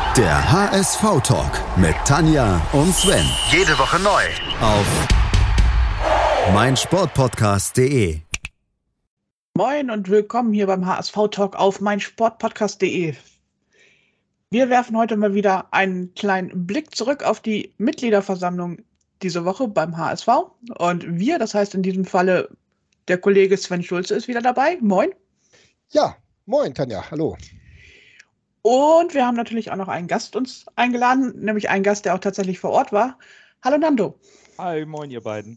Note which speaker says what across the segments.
Speaker 1: Der HSV-Talk mit Tanja und Sven.
Speaker 2: Jede Woche neu.
Speaker 1: Auf meinsportpodcast.de.
Speaker 3: Moin und willkommen hier beim HSV-Talk auf meinsportpodcast.de. Wir werfen heute mal wieder einen kleinen Blick zurück auf die Mitgliederversammlung diese Woche beim HSV. Und wir, das heißt in diesem Falle der Kollege Sven Schulze ist wieder dabei. Moin.
Speaker 4: Ja, moin Tanja, hallo.
Speaker 3: Und wir haben natürlich auch noch einen Gast uns eingeladen, nämlich einen Gast, der auch tatsächlich vor Ort war. Hallo Nando.
Speaker 5: Hi, moin ihr beiden.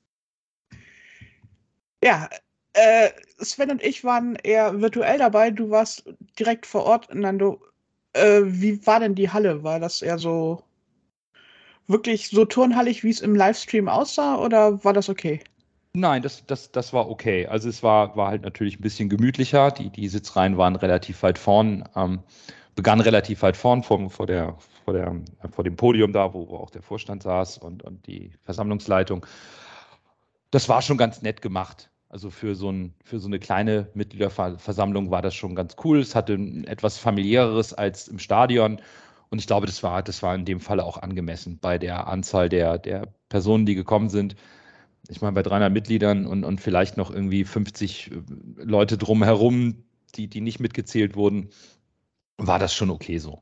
Speaker 3: Ja, Sven und ich waren eher virtuell dabei. Du warst direkt vor Ort, Nando. Wie war denn die Halle? War das eher so wirklich so turnhallig, wie es im Livestream aussah, oder war das okay?
Speaker 5: Nein, das war okay. Also es war halt natürlich ein bisschen gemütlicher. Die Sitzreihen waren relativ weit vorn, begann relativ weit vorn vor dem Podium da, wo auch der Vorstand saß und die Versammlungsleitung. Das war schon ganz nett gemacht. Also für so eine kleine Mitgliederversammlung war das schon ganz cool. Es hatte etwas familiäreres als im Stadion. Und ich glaube, das war in dem Falle auch angemessen bei der Anzahl der Personen, die gekommen sind. Ich meine, bei 300 Mitgliedern und vielleicht noch irgendwie 50 Leute drumherum, die nicht mitgezählt wurden, war das schon okay so.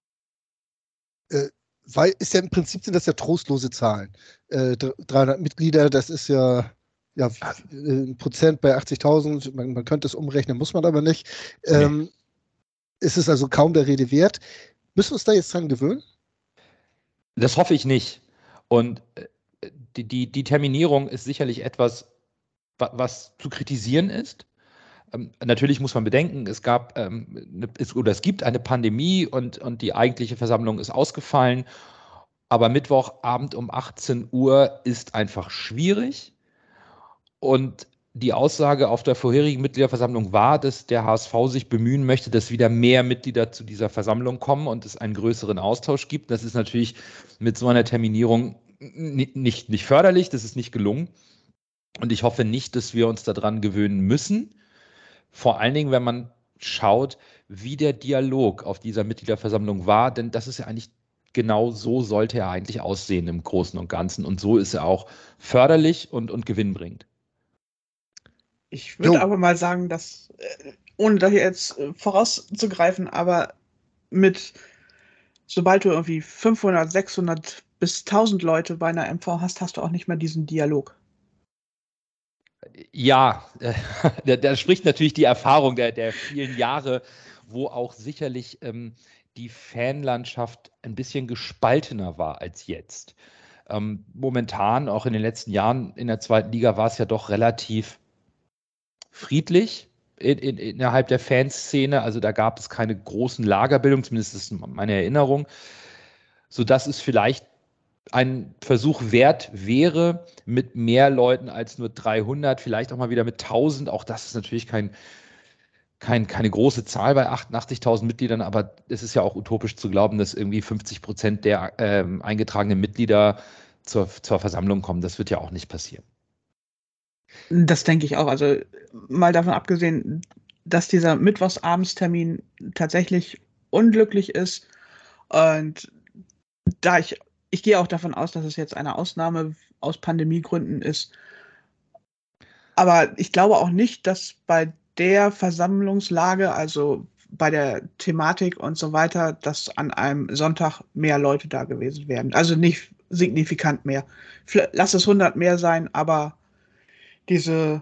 Speaker 4: Weil ist ja im Prinzip sind das ja trostlose Zahlen. 300 Mitglieder, das ist ja ein Prozent bei 80.000. Man könnte es umrechnen, muss man aber nicht.
Speaker 5: Nee.
Speaker 4: Ist es also kaum der Rede wert. Müssen wir uns da jetzt dran gewöhnen?
Speaker 5: Das hoffe ich nicht. Und die Terminierung ist sicherlich etwas, was zu kritisieren ist. Natürlich muss man bedenken, es gibt eine Pandemie und die eigentliche Versammlung ist ausgefallen. Aber Mittwochabend um 18 Uhr ist einfach schwierig. Und die Aussage auf der vorherigen Mitgliederversammlung war, dass der HSV sich bemühen möchte, dass wieder mehr Mitglieder zu dieser Versammlung kommen und es einen größeren Austausch gibt. Das ist natürlich mit so einer Terminierung nicht förderlich, das ist nicht gelungen. Und ich hoffe nicht, dass wir uns daran gewöhnen müssen. Vor allen Dingen, wenn man schaut, wie der Dialog auf dieser Mitgliederversammlung war, denn das ist ja eigentlich genau so sollte er eigentlich aussehen im Großen und Ganzen. Und so ist er auch förderlich und gewinnbringend.
Speaker 3: Ich würde aber mal sagen, dass, ohne da hier jetzt vorauszugreifen, aber sobald du irgendwie 500, 600 bis 1000 Leute bei einer MV hast, hast du auch nicht mehr diesen Dialog.
Speaker 5: Ja, da spricht natürlich die Erfahrung der vielen Jahre, wo auch sicherlich die Fanlandschaft ein bisschen gespaltener war als jetzt. Momentan, auch in den letzten Jahren in der zweiten Liga, war es ja doch relativ friedlich innerhalb der Fanszene. Also da gab es keine großen Lagerbildungen, zumindest ist meine Erinnerung, sodass es vielleicht ein Versuch wert wäre, mit mehr Leuten als nur 300, vielleicht auch mal wieder mit 1000. Auch das ist natürlich keine große Zahl bei 88.000 Mitgliedern, aber es ist ja auch utopisch zu glauben, dass irgendwie 50% der eingetragenen Mitglieder zur Versammlung kommen. Das wird ja auch nicht passieren.
Speaker 3: Das denke ich auch. Also mal davon abgesehen, dass dieser Mittwochsabendstermin tatsächlich unglücklich ist. Und da ich gehe auch davon aus, dass es jetzt eine Ausnahme aus Pandemiegründen ist. Aber ich glaube auch nicht, dass bei der Versammlungslage, also bei der Thematik und so weiter, dass an einem Sonntag mehr Leute da gewesen wären. Also nicht signifikant mehr. Lass es 100 mehr sein, aber diese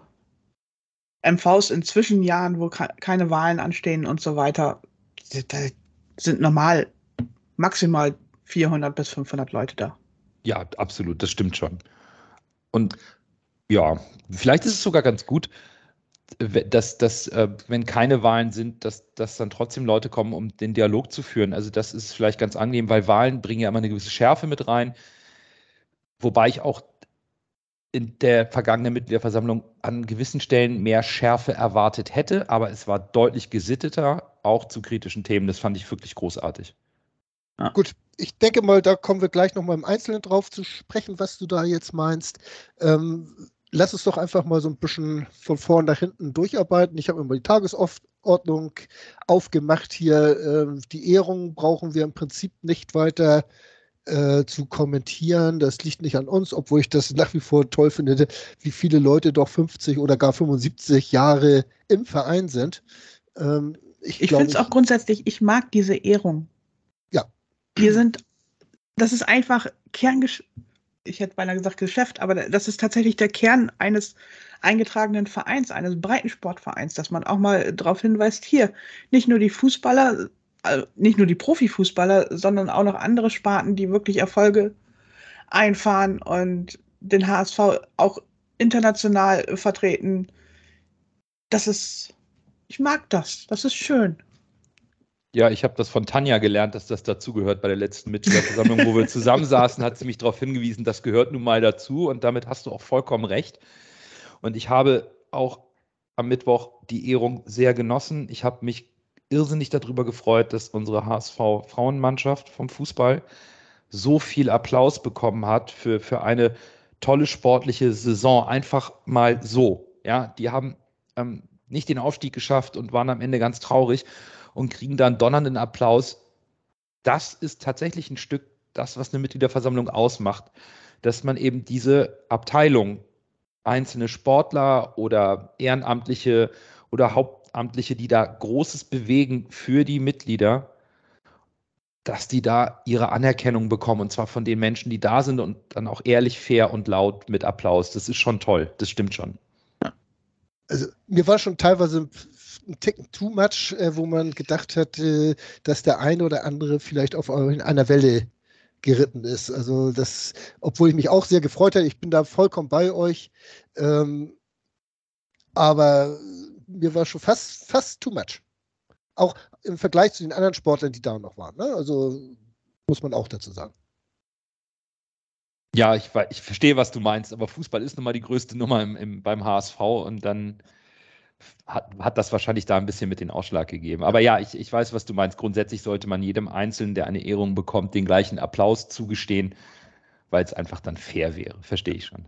Speaker 3: MVs in Zwischenjahren, wo keine Wahlen anstehen und so weiter, da sind normal maximal 400 bis 500 Leute da.
Speaker 5: Ja, absolut, das stimmt schon. Und ja, vielleicht ist es sogar ganz gut, dass wenn keine Wahlen sind, dass dann trotzdem Leute kommen, um den Dialog zu führen. Also das ist vielleicht ganz angenehm, weil Wahlen bringen ja immer eine gewisse Schärfe mit rein. Wobei ich auch in der vergangenen Mitgliederversammlung an gewissen Stellen mehr Schärfe erwartet hätte, aber es war deutlich gesitteter, auch zu kritischen Themen. Das fand ich wirklich großartig.
Speaker 4: Ja. Gut, ich denke mal, da kommen wir gleich nochmal im Einzelnen drauf zu sprechen, was du da jetzt meinst. Lass uns doch einfach mal so ein bisschen von vorn nach hinten durcharbeiten. Ich habe mir mal die Tagesordnung aufgemacht hier. Die Ehrung brauchen wir im Prinzip nicht weiter zu kommentieren. Das liegt nicht an uns, obwohl ich das nach wie vor toll finde, wie viele Leute doch 50 oder gar 75 Jahre im Verein sind. Ich finde es
Speaker 3: auch grundsätzlich, ich mag diese Ehrung.
Speaker 4: Ja.
Speaker 3: Das ist einfach ich hätte beinahe gesagt Geschäft, aber das ist tatsächlich der Kern eines eingetragenen Vereins, eines Breitensportvereins, dass man auch mal darauf hinweist, hier, nicht nur die Fußballer, nicht nur die Profifußballer, sondern auch noch andere Sparten, die wirklich Erfolge einfahren und den HSV auch international vertreten. Ich mag das. Das ist schön.
Speaker 5: Ja, ich habe das von Tanja gelernt, dass das dazugehört bei der letzten Mitgliederversammlung, wo wir zusammensaßen, hat sie mich darauf hingewiesen, das gehört nun mal dazu und damit hast du auch vollkommen recht. Und ich habe auch am Mittwoch die Ehrung sehr genossen. Ich habe mich irrsinnig darüber gefreut, dass unsere HSV-Frauenmannschaft vom Fußball so viel Applaus bekommen hat für eine tolle sportliche Saison. Einfach mal so. Ja, die haben nicht den Aufstieg geschafft und waren am Ende ganz traurig und kriegen dann donnernden Applaus. Das ist tatsächlich ein Stück das, was eine Mitgliederversammlung ausmacht, dass man eben diese Abteilung, einzelne Sportler oder Ehrenamtliche oder Hauptamtliche, die da Großes bewegen für die Mitglieder, dass die da ihre Anerkennung bekommen und zwar von den Menschen, die da sind und dann auch ehrlich, fair und laut mit Applaus. Das ist schon toll, das stimmt schon.
Speaker 4: Also mir war schon teilweise ein Ticken too much, wo man gedacht hat, dass der eine oder andere vielleicht auf einer Welle geritten ist. Also das, obwohl ich mich auch sehr gefreut habe, ich bin da vollkommen bei euch, aber mir war schon fast too much. Auch im Vergleich zu den anderen Sportlern, die da noch waren. Ne? Also muss man auch dazu sagen.
Speaker 5: Ja, ich verstehe, was du meinst, aber Fußball ist nun mal die größte Nummer beim HSV und dann hat das wahrscheinlich da ein bisschen mit den Ausschlag gegeben. Aber ja, ich weiß, was du meinst. Grundsätzlich sollte man jedem Einzelnen, der eine Ehrung bekommt, den gleichen Applaus zugestehen, weil es einfach dann fair wäre. Verstehe ich schon.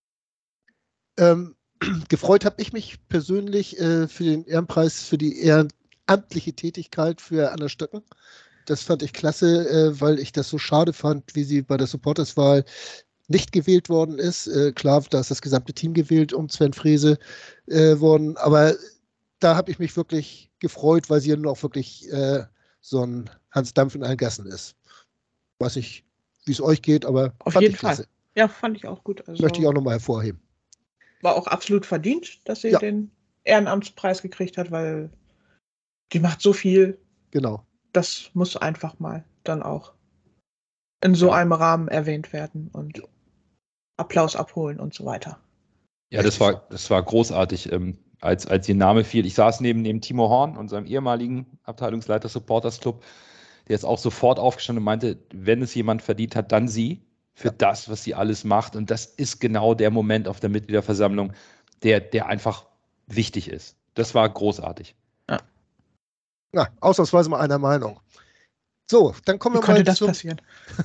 Speaker 4: Gefreut habe ich mich persönlich für den Ehrenpreis für die ehrenamtliche Tätigkeit für Anna Stöcken. Das fand ich klasse, weil ich das so schade fand, wie sie bei der Supporterswahl nicht gewählt worden ist. Klar, da ist das gesamte Team gewählt um Sven Frese worden, aber da habe ich mich wirklich gefreut, weil sie ja nun auch wirklich so ein Hans Dampf in allen Gassen ist. Weiß nicht, wie es euch geht, aber
Speaker 3: auf jeden Fall. Ja, fand ich auch gut. Also
Speaker 4: möchte ich auch nochmal hervorheben.
Speaker 3: War auch absolut verdient, dass sie den Ehrenamtspreis gekriegt hat, weil die macht so viel.
Speaker 4: Genau.
Speaker 3: Das muss einfach mal dann auch in so einem Rahmen erwähnt werden und Applaus abholen und so weiter.
Speaker 5: Ja, das war großartig, als ihr Name fiel. Ich saß neben Timo Horn, unserem ehemaligen Abteilungsleiter Supporters Club, der ist auch sofort aufgestanden und meinte, wenn es jemand verdient hat, dann sie, für das, was sie alles macht. Und das ist genau der Moment auf der Mitgliederversammlung, der einfach wichtig ist. Das war großartig.
Speaker 3: Ja.
Speaker 4: Na, ausnahmsweise mal einer Meinung. So, dann kommen wir mal
Speaker 3: konnte das passieren?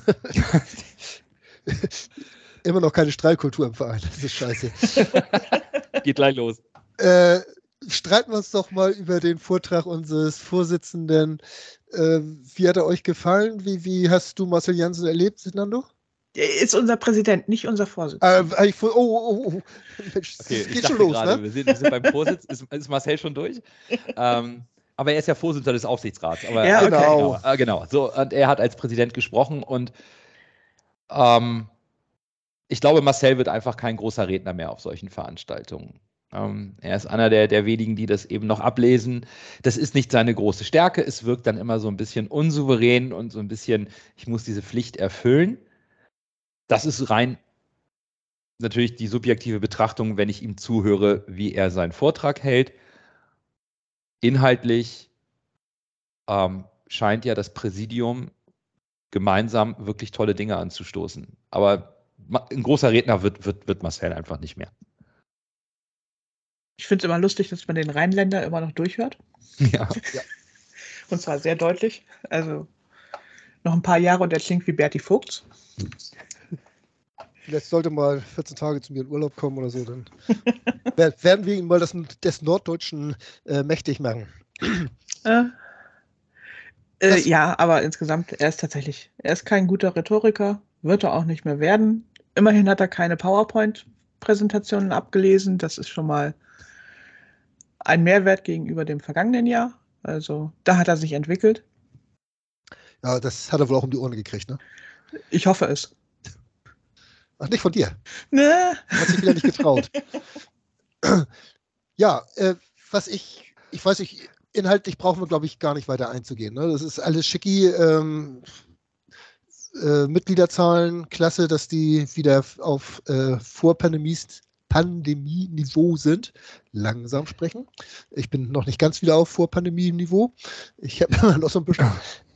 Speaker 4: Immer noch keine Streitkultur im Verein. Das ist scheiße.
Speaker 5: Geht gleich los.
Speaker 4: Streiten wir uns doch mal über den Vortrag unseres Vorsitzenden. Wie hat er euch gefallen? Wie hast du Marcel Janssen erlebt, Nando?
Speaker 3: Er ist unser Präsident, nicht unser Vorsitzender.
Speaker 4: Mensch,
Speaker 5: okay,
Speaker 4: geht schon los,
Speaker 5: gerade,
Speaker 4: ne?
Speaker 5: wir sind beim Vorsitz. Ist Marcel schon durch? Aber er ist ja Vorsitzender des Aufsichtsrats. Aber,
Speaker 3: ja,
Speaker 4: okay.
Speaker 5: Genau. So, und er hat als Präsident gesprochen und ich glaube, Marcel wird einfach kein großer Redner mehr auf solchen Veranstaltungen. Er ist einer der wenigen, die das eben noch ablesen. Das ist nicht seine große Stärke. Es wirkt dann immer so ein bisschen unsouverän und so ein bisschen, ich muss diese Pflicht erfüllen. Das ist rein natürlich die subjektive Betrachtung, wenn ich ihm zuhöre, wie er seinen Vortrag hält. Inhaltlich scheint ja das Präsidium gemeinsam wirklich tolle Dinge anzustoßen. Aber ein großer Redner wird Marcel einfach nicht mehr.
Speaker 3: Ich finde es immer lustig, dass man den Rheinländer immer noch durchhört.
Speaker 5: Ja.
Speaker 3: Und zwar sehr deutlich. Also noch ein paar Jahre und er klingt wie Berti Vogts.
Speaker 4: Vielleicht sollte mal 14 Tage zu mir in Urlaub kommen oder so, dann werden wir ihn mal des Norddeutschen mächtig machen.
Speaker 3: Ja, aber insgesamt, er ist kein guter Rhetoriker, wird er auch nicht mehr werden. Immerhin hat er keine PowerPoint-Präsentationen abgelesen. Das ist schon mal ein Mehrwert gegenüber dem vergangenen Jahr. Also da hat er sich entwickelt.
Speaker 4: Ja, das hat er wohl auch um die Ohren gekriegt, ne?
Speaker 3: Ich hoffe es.
Speaker 4: Ach, nicht von dir.
Speaker 3: Ne?
Speaker 4: Hat sich wieder nicht getraut. Ja, ich weiß nicht, inhaltlich brauchen wir, glaube ich, gar nicht weiter einzugehen. Ne? Das ist alles schicki. Mitgliederzahlen, klasse, dass die wieder auf Pandemie-Niveau sind. Langsam sprechen. Ich bin noch nicht ganz wieder auf Vor-Pandemie-Niveau. Ich habe immer noch so ein bisschen.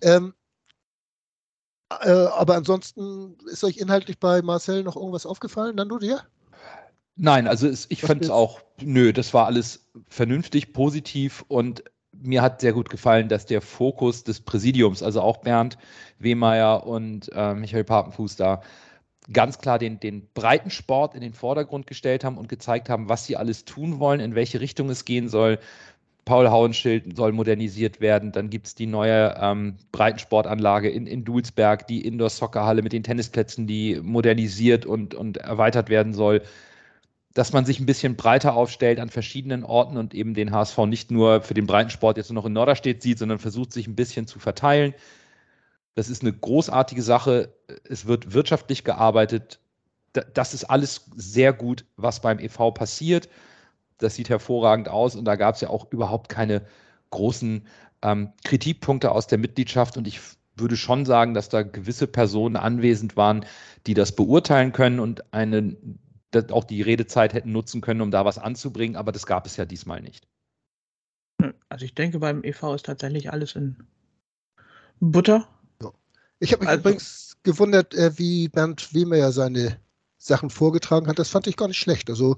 Speaker 4: Aber ansonsten ist euch inhaltlich bei Marcel noch irgendwas aufgefallen? Nando, dir?
Speaker 5: Nein, also ich fand es auch, das war alles vernünftig, positiv und mir hat sehr gut gefallen, dass der Fokus des Präsidiums, also auch Bernd Wehmeier und Michael Papenfuß da ganz klar den Breitensport in den Vordergrund gestellt haben und gezeigt haben, was sie alles tun wollen, in welche Richtung es gehen soll. Paul Hauenschild soll modernisiert werden, dann gibt es die neue Breitensportanlage in Dulsberg, die Indoor-Soccerhalle mit den Tennisplätzen, die modernisiert und erweitert werden soll. Dass man sich ein bisschen breiter aufstellt an verschiedenen Orten und eben den HSV nicht nur für den Breitensport jetzt nur noch in Norderstedt sieht, sondern versucht, sich ein bisschen zu verteilen. Das ist eine großartige Sache. Es wird wirtschaftlich gearbeitet. Das ist alles sehr gut, was beim e.V. passiert. Das sieht hervorragend aus und da gab es ja auch überhaupt keine großen Kritikpunkte aus der Mitgliedschaft und ich würde schon sagen, dass da gewisse Personen anwesend waren, die das beurteilen können und auch die Redezeit hätten nutzen können, um da was anzubringen, aber das gab es ja diesmal nicht.
Speaker 3: Also ich denke, beim e.V. ist tatsächlich alles in Butter.
Speaker 4: Ja. Ich habe mich übrigens gewundert, wie Bernd Wehmeier seine Sachen vorgetragen hat. Das fand ich gar nicht schlecht. Also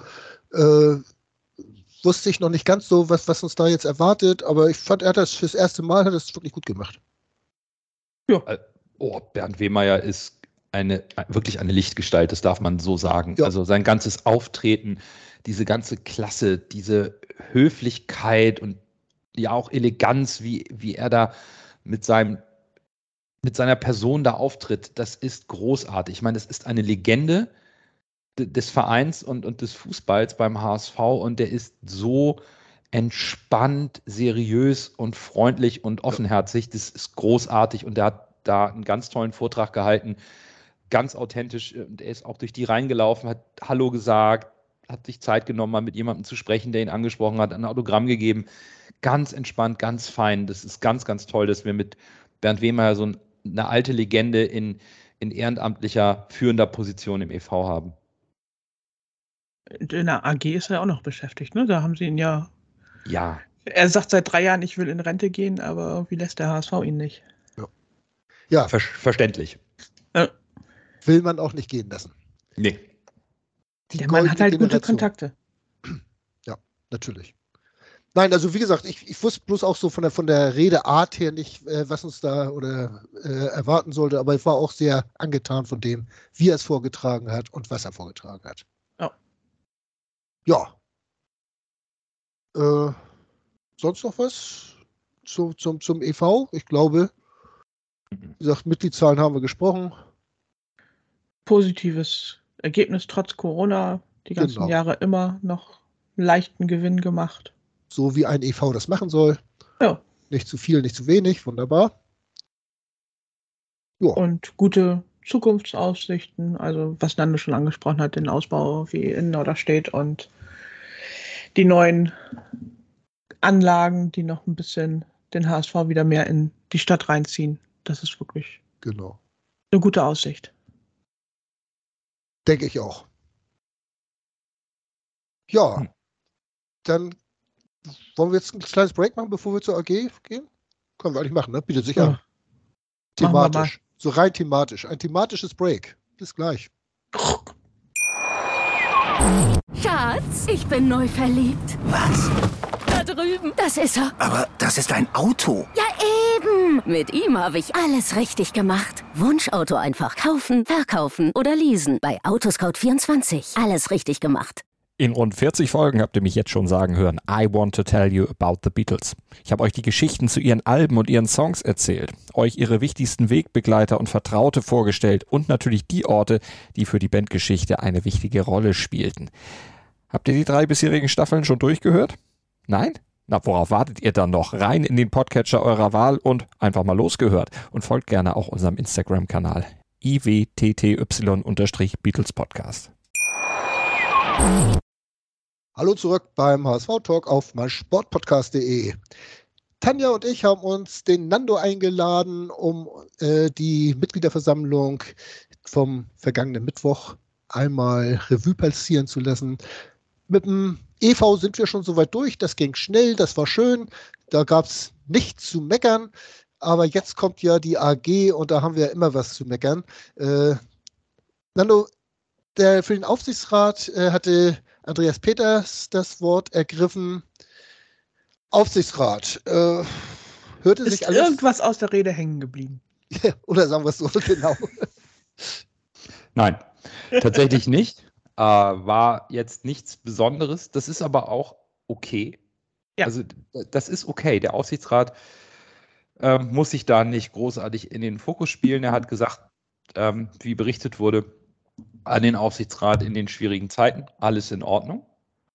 Speaker 4: wusste ich noch nicht ganz so, was uns da jetzt erwartet, aber ich fand, er hat das fürs erste Mal wirklich gut gemacht.
Speaker 5: Ja. Bernd Wehmeier ist wirklich eine Lichtgestalt, das darf man so sagen. Ja. Also sein ganzes Auftreten, diese ganze Klasse, diese Höflichkeit und ja auch Eleganz, wie er da mit seiner Person da auftritt, das ist großartig. Ich meine, das ist eine Legende des Vereins und des Fußballs beim HSV und der ist so entspannt, seriös und freundlich und offenherzig. Das ist großartig und der hat da einen ganz tollen Vortrag gehalten, ganz authentisch. Und er ist auch durch die reingelaufen, hat Hallo gesagt, hat sich Zeit genommen, mal mit jemandem zu sprechen, der ihn angesprochen hat, ein Autogramm gegeben. Ganz entspannt, ganz fein. Das ist ganz, ganz toll, dass wir mit Bernd Wehmeier so eine alte Legende in ehrenamtlicher, führender Position im e.V. haben.
Speaker 3: In der AG ist er auch noch beschäftigt, ne? Da haben sie ihn ja.
Speaker 5: Ja.
Speaker 3: Er sagt seit 3 Jahren, ich will in Rente gehen, aber irgendwie lässt der HSV ihn nicht.
Speaker 4: Ja.
Speaker 5: Verständlich.
Speaker 4: Will man auch nicht gehen lassen.
Speaker 5: Nee.
Speaker 3: Der Mann hat halt gute Kontakte.
Speaker 4: Ja, natürlich. Nein, also wie gesagt, ich wusste bloß auch so von der Redeart her nicht, was uns da erwarten sollte, aber ich war auch sehr angetan von dem, wie er es vorgetragen hat und was er vorgetragen hat. Ja. Sonst noch was zum e.V.? Ich glaube, wie gesagt, Mitgliedszahlen haben wir gesprochen.
Speaker 3: Positives Ergebnis trotz Corona, die ganzen Jahre immer noch einen leichten Gewinn gemacht.
Speaker 4: So wie ein e.V. das machen soll.
Speaker 3: Ja.
Speaker 4: Nicht zu viel, nicht zu wenig, wunderbar.
Speaker 3: Ja. Und gute Zukunftsaussichten, also was Nando schon angesprochen hat, den Ausbau wie in Norderstedt und die neuen Anlagen, die noch ein bisschen den HSV wieder mehr in die Stadt reinziehen. Das ist wirklich eine gute Aussicht.
Speaker 4: Denke ich auch. Ja, dann wollen wir jetzt ein kleines Break machen, bevor wir zur AG gehen? Können wir eigentlich machen, ne? Bietet sich an. Thematisch. So rein thematisch. Ein thematisches Break. Bis gleich.
Speaker 2: Schatz, ich bin neu verliebt.
Speaker 6: Was?
Speaker 2: Da drüben. Das ist er.
Speaker 6: Aber das ist ein Auto.
Speaker 2: Ja, eben. Mit ihm habe ich alles richtig gemacht. Wunschauto einfach kaufen, verkaufen oder leasen. Bei Autoscout24. Alles richtig gemacht.
Speaker 7: In rund 40 Folgen habt ihr mich jetzt schon sagen hören, I want to tell you about the Beatles. Ich habe euch die Geschichten zu ihren Alben und ihren Songs erzählt, euch ihre wichtigsten Wegbegleiter und Vertraute vorgestellt und natürlich die Orte, die für die Bandgeschichte eine wichtige Rolle spielten. Habt ihr die 3 bisherigen Staffeln schon durchgehört? Nein? Na, worauf wartet ihr dann noch? Rein in den Podcatcher eurer Wahl und einfach mal losgehört. Und folgt gerne auch unserem Instagram-Kanal iwtty_Beatles Podcast.
Speaker 4: Hallo zurück beim HSV-Talk auf meinsportpodcast.de. Tanja und ich haben uns den Nando eingeladen, um die Mitgliederversammlung vom vergangenen Mittwoch einmal Revue passieren zu lassen. Mit dem EV sind wir schon soweit durch, das ging schnell, das war schön, da gab es nichts zu meckern, aber jetzt kommt ja die AG und da haben wir immer was zu meckern. Nando, für den Aufsichtsrat hatte Andreas Peters das Wort ergriffen. Aufsichtsrat, hörte
Speaker 3: Ist
Speaker 4: sich alles...
Speaker 3: irgendwas aus der Rede hängen geblieben?
Speaker 4: Oder sagen wir es so, genau.
Speaker 5: Nein, tatsächlich nicht. War jetzt nichts Besonderes. Das ist aber auch okay.
Speaker 3: Ja.
Speaker 5: Also das ist okay. Der Aufsichtsrat muss sich da nicht großartig in den Fokus spielen. Er hat gesagt, wie berichtet wurde, an den Aufsichtsrat in den schwierigen Zeiten, alles in Ordnung.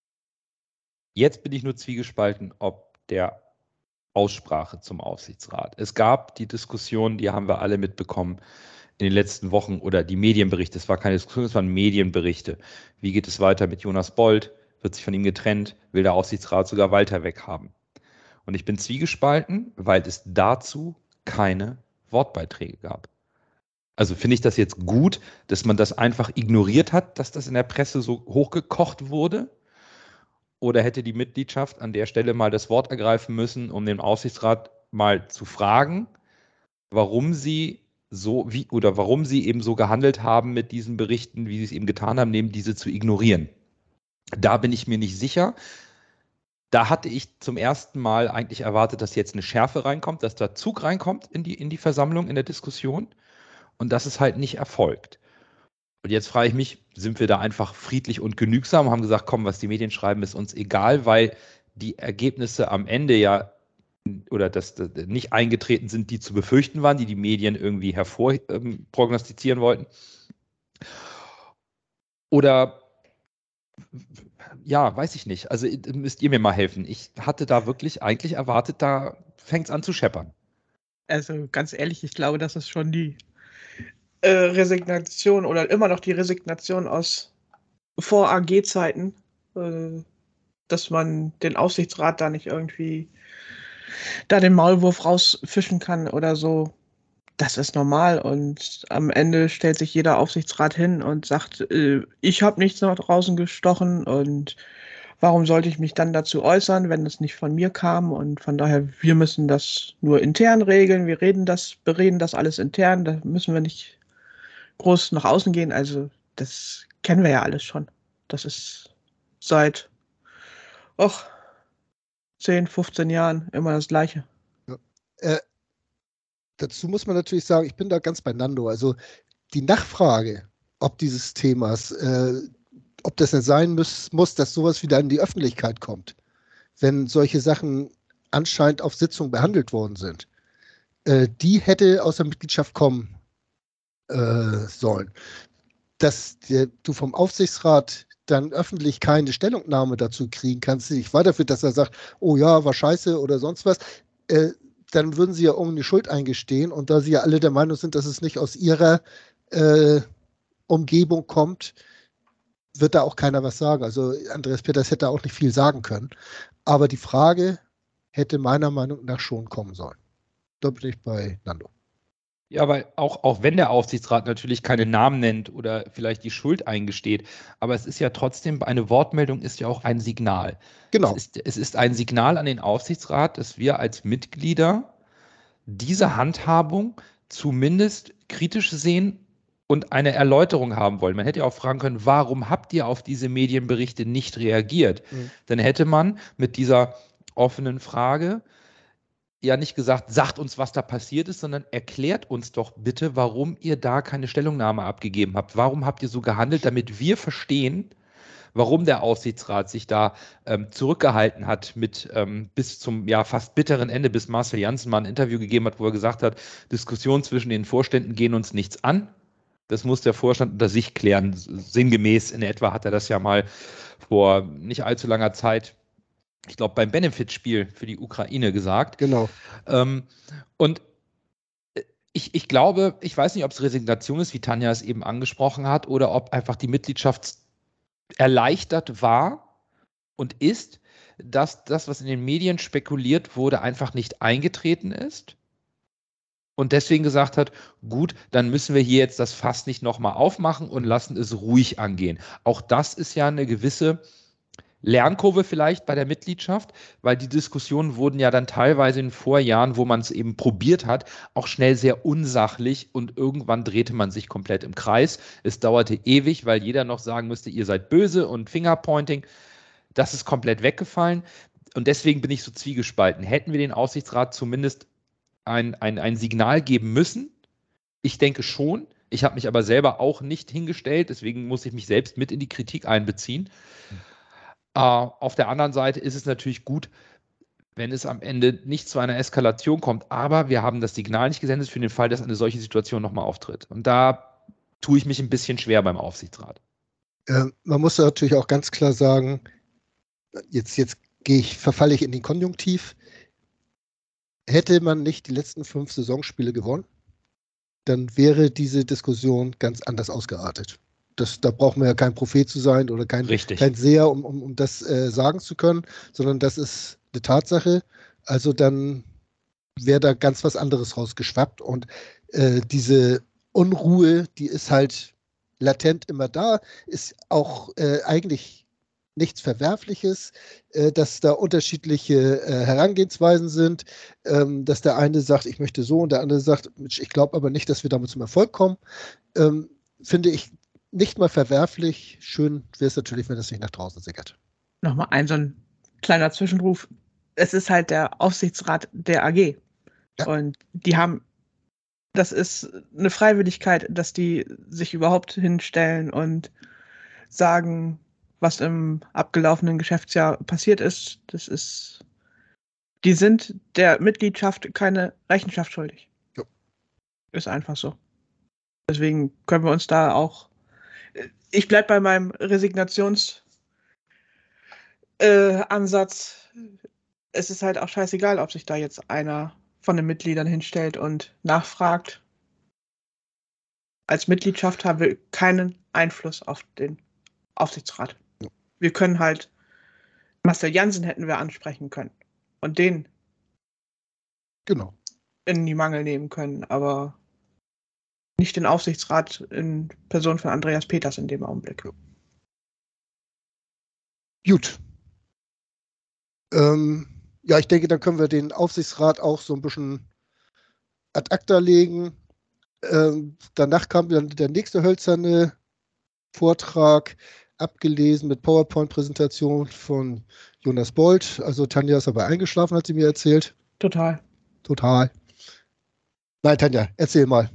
Speaker 5: Jetzt bin ich nur zwiegespalten, ob der Aussprache zum Aufsichtsrat. Es gab die Diskussion, die haben wir alle mitbekommen in den letzten Wochen, oder die Medienberichte, es war keine Diskussion, es waren Medienberichte. Wie geht es weiter mit Jonas Bold? Wird sich von ihm getrennt? Will der Aufsichtsrat sogar Walter weghaben? Und ich bin zwiegespalten, weil es dazu keine Wortbeiträge gab. Also finde ich das jetzt gut, dass man das einfach ignoriert hat, dass das in der Presse so hochgekocht wurde? Oder hätte die Mitgliedschaft an der Stelle mal das Wort ergreifen müssen, um den Aufsichtsrat mal zu fragen, warum sie eben so gehandelt haben mit diesen Berichten, wie sie es eben getan haben, nämlich diese zu ignorieren. Da bin ich mir nicht sicher. Da hatte ich zum ersten Mal eigentlich erwartet, dass jetzt eine Schärfe reinkommt, dass da Zug reinkommt in die Versammlung, in der Diskussion. Und das ist halt nicht erfolgt. Und jetzt frage ich mich, sind wir da einfach friedlich und genügsam und haben gesagt, komm, was die Medien schreiben, ist uns egal, weil die Ergebnisse am Ende ja oder das nicht eingetreten sind, die zu befürchten waren, die Medien irgendwie prognostizieren wollten. Oder ja, weiß ich nicht. Also müsst ihr mir mal helfen. Ich hatte da wirklich eigentlich erwartet, da fängt es an zu scheppern.
Speaker 3: Also ganz ehrlich, ich glaube, das ist schon die Resignation oder immer noch die Resignation aus Vor-AG-Zeiten, dass man den Aufsichtsrat da nicht irgendwie da den Maulwurf rausfischen kann oder so. Das ist normal und am Ende stellt sich jeder Aufsichtsrat hin und sagt, ich habe nichts nach draußen gestochen und warum sollte ich mich dann dazu äußern, wenn es nicht von mir kam? Und von daher, wir müssen das nur intern regeln, wir bereden das alles intern, da müssen wir nicht groß nach außen gehen. Also das kennen wir ja alles schon. Das ist seit 10, 15 Jahren immer das Gleiche.
Speaker 4: Ja. Dazu muss man natürlich sagen, ich bin da ganz bei Nando. Also die Nachfrage, ob dieses Themas, ob das nicht sein muss, dass sowas wieder in die Öffentlichkeit kommt, wenn solche Sachen anscheinend auf Sitzung behandelt worden sind, die hätte aus der Mitgliedschaft kommen sollen. Dass du vom Aufsichtsrat dann öffentlich keine Stellungnahme dazu kriegen kannst, nicht weiterführt, dass er sagt, oh ja, war scheiße oder sonst was, dann würden sie ja irgendeine Schuld eingestehen und da sie ja alle der Meinung sind, dass es nicht aus ihrer Umgebung kommt, wird da auch keiner was sagen. Also Andreas Peters hätte auch nicht viel sagen können. Aber die Frage hätte meiner Meinung nach schon kommen sollen. Da bin ich bei Nando.
Speaker 5: Ja, weil auch wenn der Aufsichtsrat natürlich keine Namen nennt oder vielleicht die Schuld eingesteht, aber es ist ja trotzdem, eine Wortmeldung ist ja auch ein Signal.
Speaker 4: Genau.
Speaker 5: Es ist ein Signal an den Aufsichtsrat, dass wir als Mitglieder diese Handhabung zumindest kritisch sehen und eine Erläuterung haben wollen. Man hätte ja auch fragen können, warum habt ihr auf diese Medienberichte nicht reagiert? Dann hätte man mit dieser offenen Frage ja nicht gesagt, sagt uns, was da passiert ist, sondern erklärt uns doch bitte, warum ihr da keine Stellungnahme abgegeben habt. Warum habt ihr so gehandelt, damit wir verstehen, warum der Aufsichtsrat sich da zurückgehalten hat mit bis zum fast bitteren Ende, bis Marcel Janssen mal ein Interview gegeben hat, wo er gesagt hat, Diskussionen zwischen den Vorständen gehen uns nichts an. Das muss der Vorstand unter sich klären. Sinngemäß in etwa hat er das ja mal vor nicht allzu langer Zeit, ich glaube, beim Benefitspiel für die Ukraine gesagt.
Speaker 4: Genau.
Speaker 5: Und ich glaube, ich weiß nicht, ob es Resignation ist, wie Tanja es eben angesprochen hat, oder ob einfach die Mitgliedschaft erleichtert war und ist, dass das, was in den Medien spekuliert wurde, einfach nicht eingetreten ist. Und deswegen gesagt hat, gut, dann müssen wir hier jetzt das Fass nicht nochmal aufmachen und lassen es ruhig angehen. Auch das ist ja eine gewisse Lernkurve vielleicht bei der Mitgliedschaft, weil die Diskussionen wurden ja dann teilweise in Vorjahren, wo man es eben probiert hat, auch schnell sehr unsachlich und irgendwann drehte man sich komplett im Kreis. Es dauerte ewig, weil jeder noch sagen müsste, ihr seid böse und Fingerpointing. Das ist komplett weggefallen und deswegen bin ich so zwiegespalten. Hätten wir den Aufsichtsrat zumindest ein Signal geben müssen? Ich denke schon. Ich habe mich aber selber auch nicht hingestellt, deswegen muss ich mich selbst mit in die Kritik einbeziehen. Auf der anderen Seite ist es natürlich gut, wenn es am Ende nicht zu einer Eskalation kommt, aber wir haben das Signal nicht gesendet für den Fall, dass eine solche Situation nochmal auftritt. Und da tue ich mich ein bisschen schwer beim Aufsichtsrat.
Speaker 4: Man muss natürlich auch ganz klar sagen, jetzt verfalle ich in den Konjunktiv. Hätte man nicht die letzten 5 Saisonspiele gewonnen, dann wäre diese Diskussion ganz anders ausgeartet. Da brauchen wir ja kein Prophet zu sein oder kein Seher, um das sagen zu können, sondern das ist eine Tatsache. Also dann wäre da ganz was anderes rausgeschwappt und diese Unruhe, die ist halt latent immer da, ist auch eigentlich nichts Verwerfliches, dass da unterschiedliche Herangehensweisen sind, dass der eine sagt, ich möchte so und der andere sagt, ich glaube aber nicht, dass wir damit zum Erfolg kommen, finde ich nicht mal verwerflich. Schön wäre es natürlich, wenn es nicht nach draußen sickert.
Speaker 3: Nochmal so ein kleiner Zwischenruf. Es ist halt der Aufsichtsrat der AG. Ja. Und die haben, das ist eine Freiwilligkeit, dass die sich überhaupt hinstellen und sagen, was im abgelaufenen Geschäftsjahr passiert ist. Die sind der Mitgliedschaft keine Rechenschaft schuldig.
Speaker 4: Ja.
Speaker 3: Ist einfach so. Deswegen können wir uns da auch. Ich bleibe bei meinem Resignationsansatz. Es ist halt auch scheißegal, ob sich da jetzt einer von den Mitgliedern hinstellt und nachfragt. Als Mitgliedschaft haben wir keinen Einfluss auf den Aufsichtsrat. Ja. Wir können halt, Marcel Janssen hätten wir ansprechen können und den in die Mangel nehmen können, aber nicht den Aufsichtsrat in Person von Andreas Peters in dem Augenblick.
Speaker 4: Gut. Ich denke, dann können wir den Aufsichtsrat auch so ein bisschen ad acta legen. Danach kam dann der nächste hölzerne Vortrag, abgelesen mit PowerPoint-Präsentation von Jonas Bold. Also Tanja ist dabei eingeschlafen, hat sie mir erzählt.
Speaker 3: Total.
Speaker 4: Nein, Tanja, erzähl mal.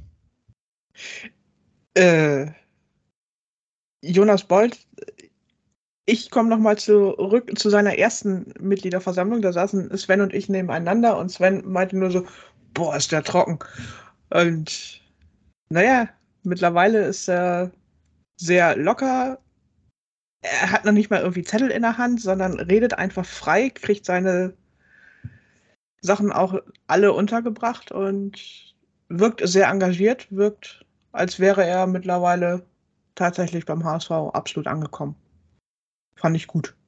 Speaker 3: Jonas Bold, ich komme nochmal zurück zu seiner ersten Mitgliederversammlung. Da saßen Sven und ich nebeneinander und Sven meinte nur so, boah, ist der trocken. Und naja, mittlerweile ist er sehr locker. Er hat noch nicht mal irgendwie Zettel in der Hand, sondern redet einfach frei, kriegt seine Sachen auch alle untergebracht und wirkt sehr engagiert, wirkt, als wäre er mittlerweile tatsächlich beim HSV absolut angekommen. Fand ich gut.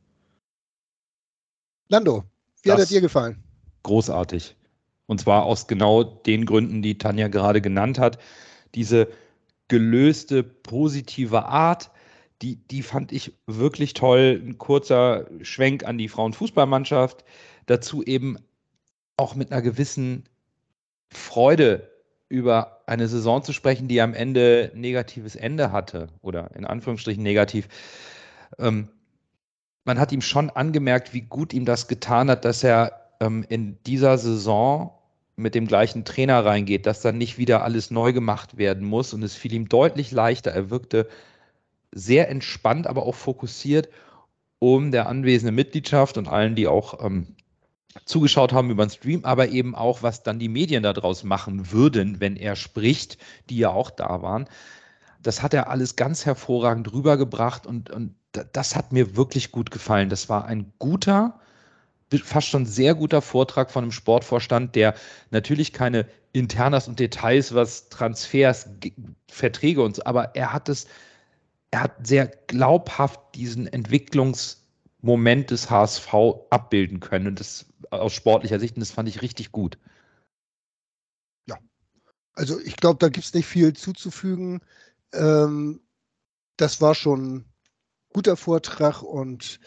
Speaker 4: Lando, wie hat er dir gefallen?
Speaker 5: Großartig. Und zwar aus genau den Gründen, die Tanja gerade genannt hat. Diese gelöste, positive Art, die fand ich wirklich toll. Ein kurzer Schwenk an die Frauenfußballmannschaft. Dazu eben auch mit einer gewissen Freude über eine Saison zu sprechen, die am Ende negatives Ende hatte oder in Anführungsstrichen negativ. Man hat ihm schon angemerkt, wie gut ihm das getan hat, dass er in dieser Saison mit dem gleichen Trainer reingeht, dass dann nicht wieder alles neu gemacht werden muss und es fiel ihm deutlich leichter. Er wirkte sehr entspannt, aber auch fokussiert, um der anwesenden Mitgliedschaft und allen, die auch zugeschaut haben über den Stream, aber eben auch, was dann die Medien daraus machen würden, wenn er spricht, die ja auch da waren. Das hat er alles ganz hervorragend rübergebracht und das hat mir wirklich gut gefallen. Das war ein guter, fast schon sehr guter Vortrag von einem Sportvorstand, der natürlich keine Internas und Details, was Transfers, Verträge und so, aber er hat sehr glaubhaft diesen Entwicklungsmoment des HSV abbilden können und das aus sportlicher Sicht, und das fand ich richtig gut.
Speaker 4: Ja, also ich glaube, da gibt es nicht viel zuzufügen. Das war schon ein guter Vortrag und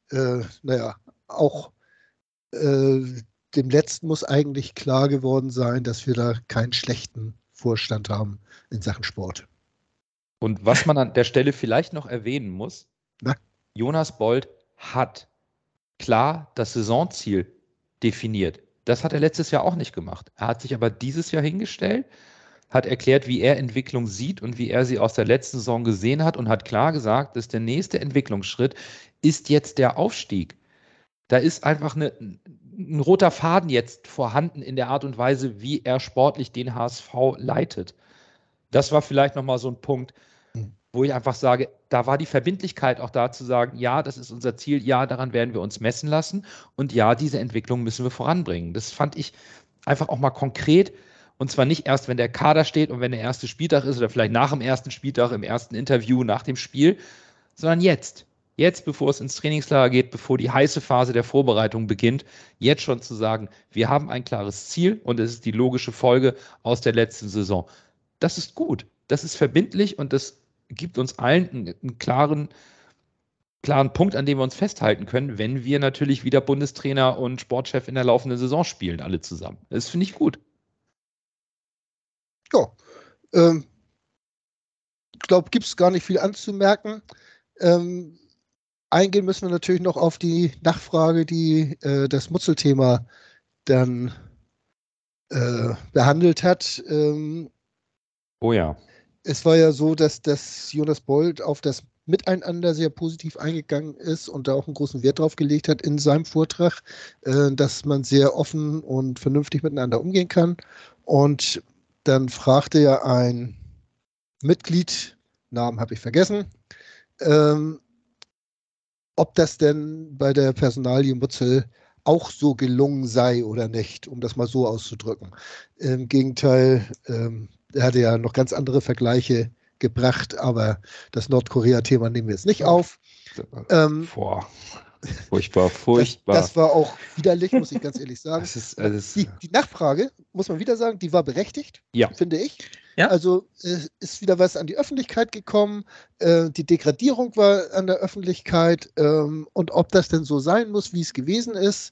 Speaker 4: auch dem Letzten muss eigentlich klar geworden sein, dass wir da keinen schlechten Vorstand haben in Sachen Sport.
Speaker 5: Und was man an der Stelle vielleicht noch erwähnen muss, Jonas Bold hat klar das Saisonziel definiert. Das hat er letztes Jahr auch nicht gemacht. Er hat sich aber dieses Jahr hingestellt, hat erklärt, wie er Entwicklung sieht und wie er sie aus der letzten Saison gesehen hat und hat klar gesagt, dass der nächste Entwicklungsschritt ist jetzt der Aufstieg. Da ist einfach ein roter Faden jetzt vorhanden in der Art und Weise, wie er sportlich den HSV leitet. Das war vielleicht nochmal so ein Punkt, wo ich einfach sage, da war die Verbindlichkeit auch da zu sagen, ja, das ist unser Ziel, ja, daran werden wir uns messen lassen und ja, diese Entwicklung müssen wir voranbringen. Das fand ich einfach auch mal konkret und zwar nicht erst, wenn der Kader steht und wenn der erste Spieltag ist oder vielleicht nach dem ersten Spieltag, im ersten Interview, nach dem Spiel, sondern jetzt. Jetzt, bevor es ins Trainingslager geht, bevor die heiße Phase der Vorbereitung beginnt, jetzt schon zu sagen, wir haben ein klares Ziel und es ist die logische Folge aus der letzten Saison. Das ist gut, das ist verbindlich und das gibt uns allen einen klaren Punkt, an dem wir uns festhalten können, wenn wir natürlich wieder Bundestrainer und Sportchef in der laufenden Saison spielen, alle zusammen. Das finde ich gut.
Speaker 4: Ja, ich glaube, gibt es gar nicht viel anzumerken. Eingehen müssen wir natürlich noch auf die Nachfrage, die das Mutzel-Thema dann behandelt hat.
Speaker 5: Oh ja.
Speaker 4: Es war ja so, dass Jonas Bold auf das Miteinander sehr positiv eingegangen ist und da auch einen großen Wert drauf gelegt hat in seinem Vortrag, dass man sehr offen und vernünftig miteinander umgehen kann. Und dann fragte ja ein Mitglied, Namen habe ich vergessen, ob das denn bei der Personalie Mutzel auch so gelungen sei oder nicht, um das mal so auszudrücken. Im Gegenteil, er hatte ja noch ganz andere Vergleiche gebracht, aber das Nordkorea-Thema nehmen wir jetzt nicht auf.
Speaker 5: Furchtbar.
Speaker 4: Das war auch widerlich, muss ich ganz ehrlich sagen. Die Nachfrage, muss man wieder sagen, die war berechtigt, finde ich. Ja. Also ist wieder was an die Öffentlichkeit gekommen, die Degradierung war an der Öffentlichkeit und ob das denn so sein muss, wie es gewesen ist,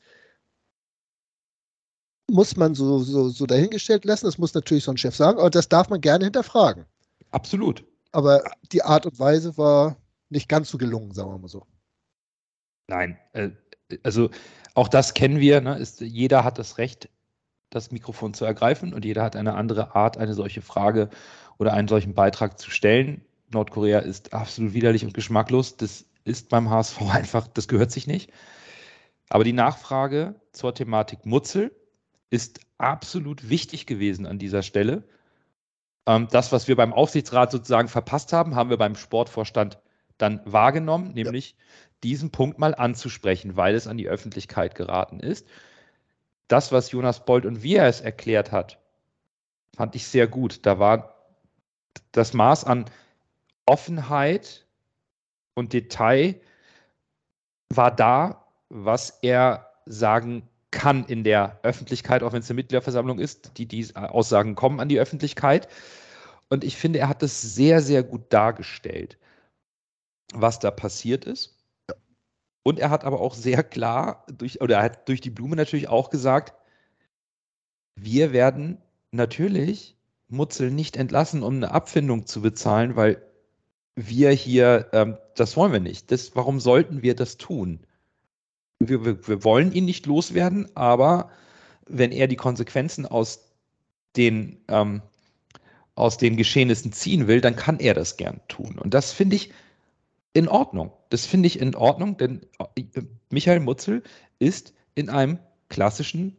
Speaker 4: muss man so dahingestellt lassen. Das muss natürlich so ein Chef sagen, aber das darf man gerne hinterfragen.
Speaker 5: Absolut.
Speaker 4: Aber die Art und Weise war nicht ganz so gelungen, sagen wir mal so.
Speaker 5: Nein, also auch das kennen wir. Ne? Jeder hat das Recht, das Mikrofon zu ergreifen und jeder hat eine andere Art, eine solche Frage oder einen solchen Beitrag zu stellen. Nordkorea ist absolut widerlich und geschmacklos. Das ist beim HSV einfach, das gehört sich nicht. Aber die Nachfrage zur Thematik Mutzel ist absolut wichtig gewesen an dieser Stelle. Das, was wir beim Aufsichtsrat sozusagen verpasst haben, haben wir beim Sportvorstand dann wahrgenommen, nämlich diesen Punkt mal anzusprechen, weil es an die Öffentlichkeit geraten ist. Das, was Jonas Bold und wie er es erklärt hat, fand ich sehr gut. Da war das Maß an Offenheit und Detail war da, was er sagen kann in der Öffentlichkeit, auch wenn es eine Mitgliederversammlung ist. Die Aussagen kommen an die Öffentlichkeit. Und ich finde, er hat es sehr, sehr gut dargestellt, was da passiert ist. Und er hat aber auch sehr klar, er hat durch die Blume natürlich auch gesagt, wir werden natürlich Mutzel nicht entlassen, um eine Abfindung zu bezahlen, weil wir hier, das wollen wir nicht. Warum sollten wir das tun? Wir wollen ihn nicht loswerden, aber wenn er die Konsequenzen aus den Geschehnissen ziehen will, dann kann er das gern tun. Und das finde ich in Ordnung. Das finde ich in Ordnung, denn Michael Mutzel ist in einem klassischen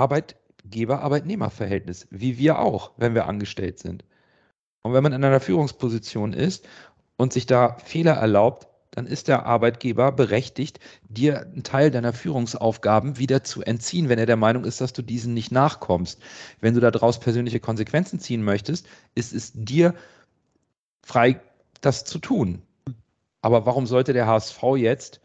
Speaker 5: Arbeitgeber-Arbeitnehmer-Verhältnis, wie wir auch, wenn wir angestellt sind. Und wenn man in einer Führungsposition ist und sich da Fehler erlaubt, dann ist der Arbeitgeber berechtigt, dir einen Teil deiner Führungsaufgaben wieder zu entziehen, wenn er der Meinung ist, dass du diesen nicht nachkommst. Wenn du daraus persönliche Konsequenzen ziehen möchtest, ist es dir frei, das zu tun. Aber warum sollte der HSV jetzt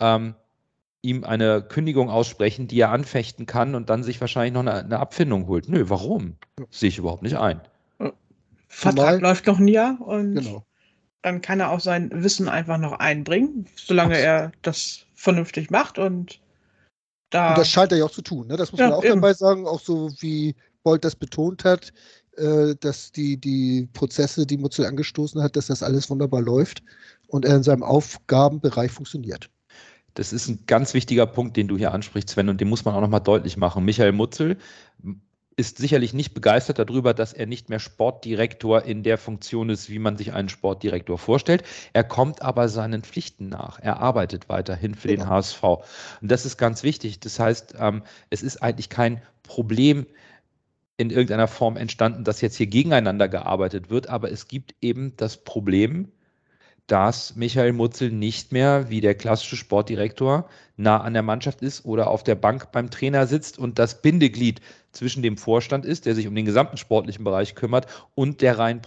Speaker 5: ihm eine Kündigung aussprechen, die er anfechten kann und dann sich wahrscheinlich noch eine Abfindung holt? Nö, warum? Sehe ich überhaupt nicht ein.
Speaker 3: Vertrag läuft noch ein Jahr und
Speaker 4: Genau.
Speaker 3: dann kann er auch sein Wissen einfach noch einbringen, solange er das vernünftig macht und da.
Speaker 4: Und das scheint er ja auch zu tun. Ne? Das muss man auch dabei sagen, auch so wie Bolt das betont hat, dass die Prozesse, die Mutzel angestoßen hat, dass das alles wunderbar läuft und er in seinem Aufgabenbereich funktioniert.
Speaker 5: Das ist ein ganz wichtiger Punkt, den du hier ansprichst, Sven, und den muss man auch nochmal deutlich machen. Michael Mutzel ist sicherlich nicht begeistert darüber, dass er nicht mehr Sportdirektor in der Funktion ist, wie man sich einen Sportdirektor vorstellt. Er kommt aber seinen Pflichten nach. Er arbeitet weiterhin für den HSV. Und das ist ganz wichtig. Das heißt, es ist eigentlich kein Problem in irgendeiner Form entstanden, dass jetzt hier gegeneinander gearbeitet wird, aber es gibt eben das Problem, dass Michael Mutzel nicht mehr wie der klassische Sportdirektor nah an der Mannschaft ist oder auf der Bank beim Trainer sitzt und das Bindeglied zwischen dem Vorstand ist, der sich um den gesamten sportlichen Bereich kümmert, und der reinen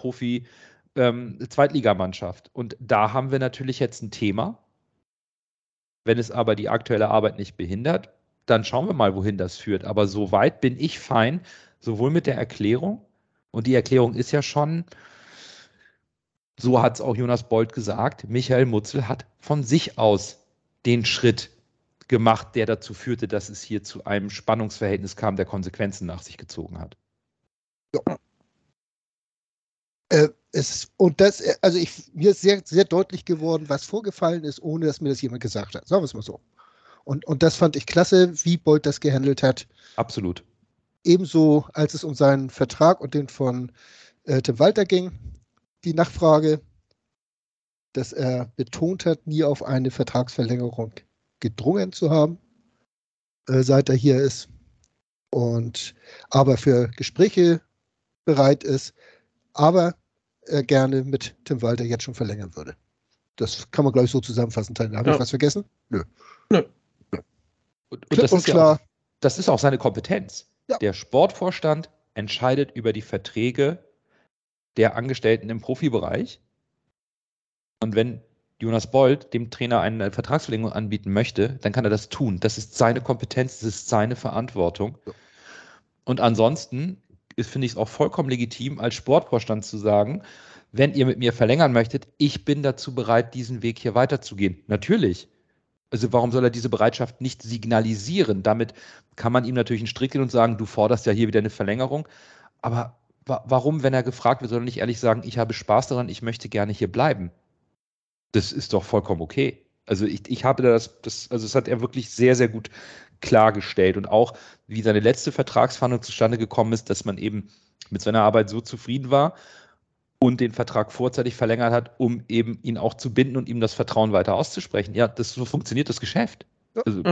Speaker 5: Profi-Zweitligamannschaft. Und da haben wir natürlich jetzt ein Thema. Wenn es aber die aktuelle Arbeit nicht behindert, dann schauen wir mal, wohin das führt. Aber soweit bin ich fein, sowohl mit der Erklärung, und die Erklärung ist ja schon, so hat es auch Jonas Bolt gesagt, Michael Mutzel hat von sich aus den Schritt gemacht, der dazu führte, dass es hier zu einem Spannungsverhältnis kam, der Konsequenzen nach sich gezogen hat.
Speaker 4: Ja. Mir ist sehr, sehr deutlich geworden, was vorgefallen ist, ohne dass mir das jemand gesagt hat. Sagen wir es mal so. Und das fand ich klasse, wie Bolt das gehandelt hat.
Speaker 5: Absolut.
Speaker 4: Ebenso, als es um seinen Vertrag und den von Tim Walter ging, die Nachfrage, dass er betont hat, nie auf eine Vertragsverlängerung gedrungen zu haben, seit er hier ist, und aber für Gespräche bereit ist, aber er gerne mit Tim Walter jetzt schon verlängern würde. Das kann man, glaube ich, so zusammenfassen. Habe ich was vergessen? Nö.
Speaker 5: Und das ist klar. Das ist auch seine Kompetenz. Ja. Der Sportvorstand entscheidet über die Verträge der Angestellten im Profibereich. Und wenn Jonas Bolt dem Trainer eine Vertragsverlängerung anbieten möchte, dann kann er das tun. Das ist seine Kompetenz, das ist seine Verantwortung. Ja. Und ansonsten finde ich es auch vollkommen legitim, als Sportvorstand zu sagen, wenn ihr mit mir verlängern möchtet, ich bin dazu bereit, diesen Weg hier weiterzugehen. Natürlich. Also warum soll er diese Bereitschaft nicht signalisieren? Damit kann man ihm natürlich einen Strick gehen und sagen, du forderst ja hier wieder eine Verlängerung. Aber warum, wenn er gefragt wird, soll er nicht ehrlich sagen, ich habe Spaß daran, ich möchte gerne hier bleiben? Das ist doch vollkommen okay. Also ich habe also das hat er wirklich sehr, sehr gut klargestellt. Und auch, wie seine letzte Vertragsverhandlung zustande gekommen ist, dass man eben mit seiner Arbeit so zufrieden war und den Vertrag vorzeitig verlängert hat, um eben ihn auch zu binden und ihm das Vertrauen weiter auszusprechen. Ja, so funktioniert das Geschäft.
Speaker 4: Ja.
Speaker 5: Also,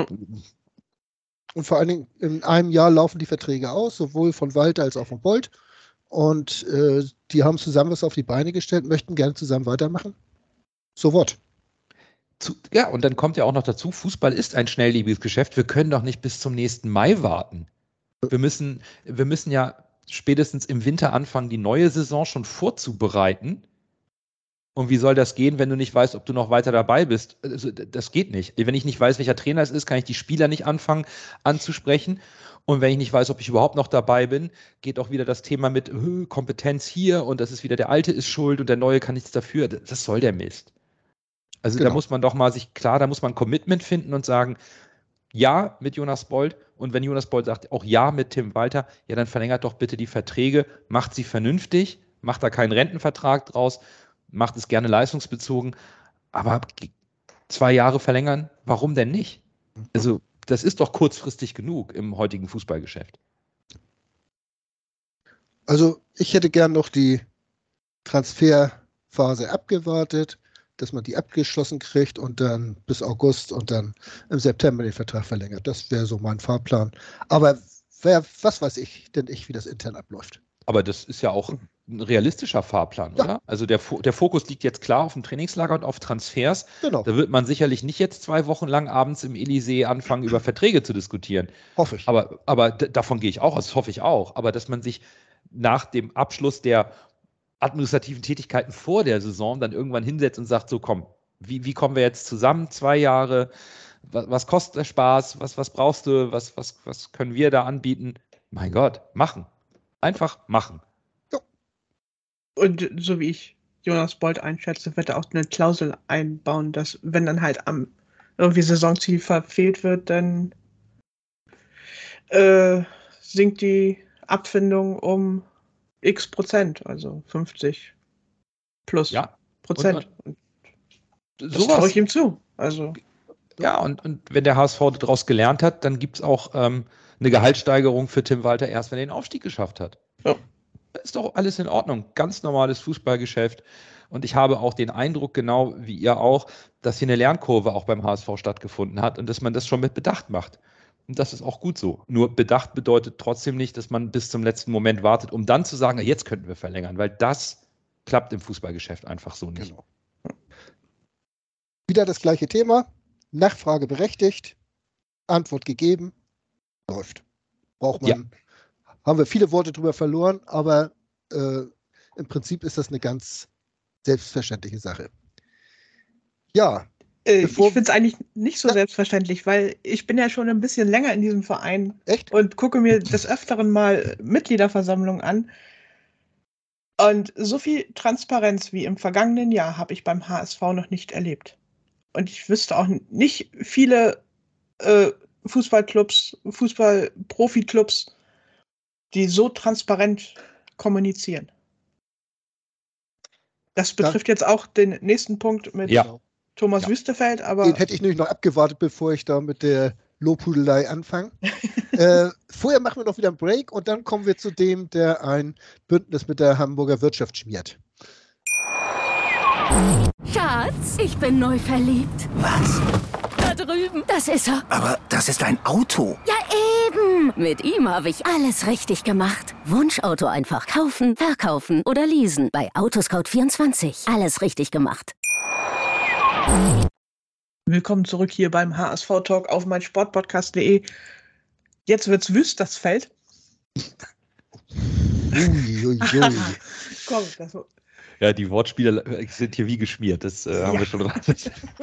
Speaker 4: und vor allen Dingen in einem Jahr laufen die Verträge aus, sowohl von Walter als auch von Bolt. Und die haben zusammen was auf die Beine gestellt, möchten gerne zusammen weitermachen. So what?
Speaker 5: Ja, und dann kommt ja auch noch dazu, Fußball ist ein schnelllebiges Geschäft. Wir können doch nicht bis zum nächsten Mai warten. Wir müssen ja spätestens im Winter anfangen, die neue Saison schon vorzubereiten. Und wie soll das gehen, wenn du nicht weißt, ob du noch weiter dabei bist? Also, das geht nicht. Wenn ich nicht weiß, welcher Trainer es ist, kann ich die Spieler nicht anfangen anzusprechen. Und wenn ich nicht weiß, ob ich überhaupt noch dabei bin, geht auch wieder das Thema mit Kompetenz hier und das ist wieder, der Alte ist schuld und der Neue kann nichts dafür. Das soll der Mist. Also genau. Da muss man doch mal da muss man ein Commitment finden und sagen, ja mit Jonas Bolt, und wenn Jonas Bolt sagt, auch ja mit Tim Walter, ja, dann verlängert doch bitte die Verträge, macht sie vernünftig, macht da keinen Rentenvertrag draus, macht es gerne leistungsbezogen, aber 2 Jahre verlängern, warum denn nicht? Also das ist doch kurzfristig genug im heutigen Fußballgeschäft.
Speaker 4: Also ich hätte gern noch die Transferphase abgewartet, dass man die abgeschlossen kriegt und dann bis August und dann im September den Vertrag verlängert. Das wäre so mein Fahrplan. Aber was weiß ich denn wie das intern abläuft.
Speaker 5: Aber das ist ja auch ein realistischer Fahrplan,
Speaker 4: Ja.
Speaker 5: oder? Also der Fokus liegt jetzt klar auf dem Trainingslager und auf Transfers.
Speaker 4: Genau,
Speaker 5: Da wird man sicherlich nicht jetzt 2 Wochen lang abends im Elysée anfangen, über Verträge zu diskutieren.
Speaker 4: hoffe ich.
Speaker 5: Aber davon gehe ich auch aus, das hoffe ich auch. Aber dass man sich nach dem Abschluss der administrativen Tätigkeiten vor der Saison dann irgendwann hinsetzt und sagt, so komm, wie kommen wir jetzt zusammen, 2 Jahre, was kostet der Spaß, was brauchst du, was können wir da anbieten? Mein Gott, machen. Einfach machen.
Speaker 3: Und so wie ich Jonas Bold einschätze, wird er auch eine Klausel einbauen, dass wenn dann halt am irgendwie Saisonziel verfehlt wird, dann sinkt die Abfindung um x%, also 50 plus
Speaker 5: Ja.
Speaker 3: Prozent. Und das traue
Speaker 5: Sowas.
Speaker 3: ich ihm zu. Also
Speaker 5: Ja, und wenn der HSV daraus gelernt hat, dann gibt es auch eine Gehaltssteigerung für Tim Walter erst, wenn er den Aufstieg geschafft hat.
Speaker 3: Ja.
Speaker 5: Das ist doch alles in Ordnung. Ganz normales Fußballgeschäft. Und ich habe auch den Eindruck, genau wie ihr auch, dass hier eine Lernkurve auch beim HSV stattgefunden hat und dass man das schon mit Bedacht macht. Und das ist auch gut so. Nur Bedacht bedeutet trotzdem nicht, dass man bis zum letzten Moment wartet, um dann zu sagen, jetzt könnten wir verlängern, weil das klappt im Fußballgeschäft einfach so nicht.
Speaker 4: Genau. Wieder das gleiche Thema. Nachfrage berechtigt, Antwort gegeben, läuft. Braucht man.
Speaker 5: Ja.
Speaker 4: Haben wir viele Worte drüber verloren, aber im Prinzip ist das eine ganz selbstverständliche Sache. Ja,
Speaker 3: ich
Speaker 4: Bevor-
Speaker 3: finde es eigentlich nicht so
Speaker 4: Ja.
Speaker 3: selbstverständlich, weil ich bin ja schon ein bisschen länger in diesem Verein
Speaker 4: echt?
Speaker 3: und gucke mir des Öfteren mal Mitgliederversammlungen an. Und so viel Transparenz wie im vergangenen Jahr habe ich beim HSV noch nicht erlebt. Und ich wüsste auch nicht viele Fußballclubs, Fußball-Profi-Clubs, die so transparent kommunizieren. Das betrifft jetzt auch den nächsten Punkt mit
Speaker 5: Ja.
Speaker 3: Thomas
Speaker 5: Ja.
Speaker 3: Wüstefeld, aber
Speaker 4: Den hätte ich nämlich noch abgewartet, bevor ich da mit der Lobhudelei anfange. Vorher machen wir noch wieder einen Break und dann kommen wir zu dem, der ein Bündnis mit der Hamburger Wirtschaft schmiert.
Speaker 2: Schatz, ich bin neu verliebt.
Speaker 6: Was?
Speaker 2: Da drüben. Das ist er.
Speaker 6: Aber das ist ein Auto.
Speaker 2: Ja, eben. Mit ihm habe ich alles richtig gemacht. Wunschauto einfach kaufen, verkaufen oder leasen. Bei Autoscout24. Alles richtig gemacht.
Speaker 3: willkommen zurück hier beim HSV-Talk auf meinsportpodcast.de. Jetzt wird's wüst, das Feld.
Speaker 4: Uiuiui.
Speaker 3: Komm, das
Speaker 5: Ja, die Wortspiele sind hier wie geschmiert. Das haben wir schon dran.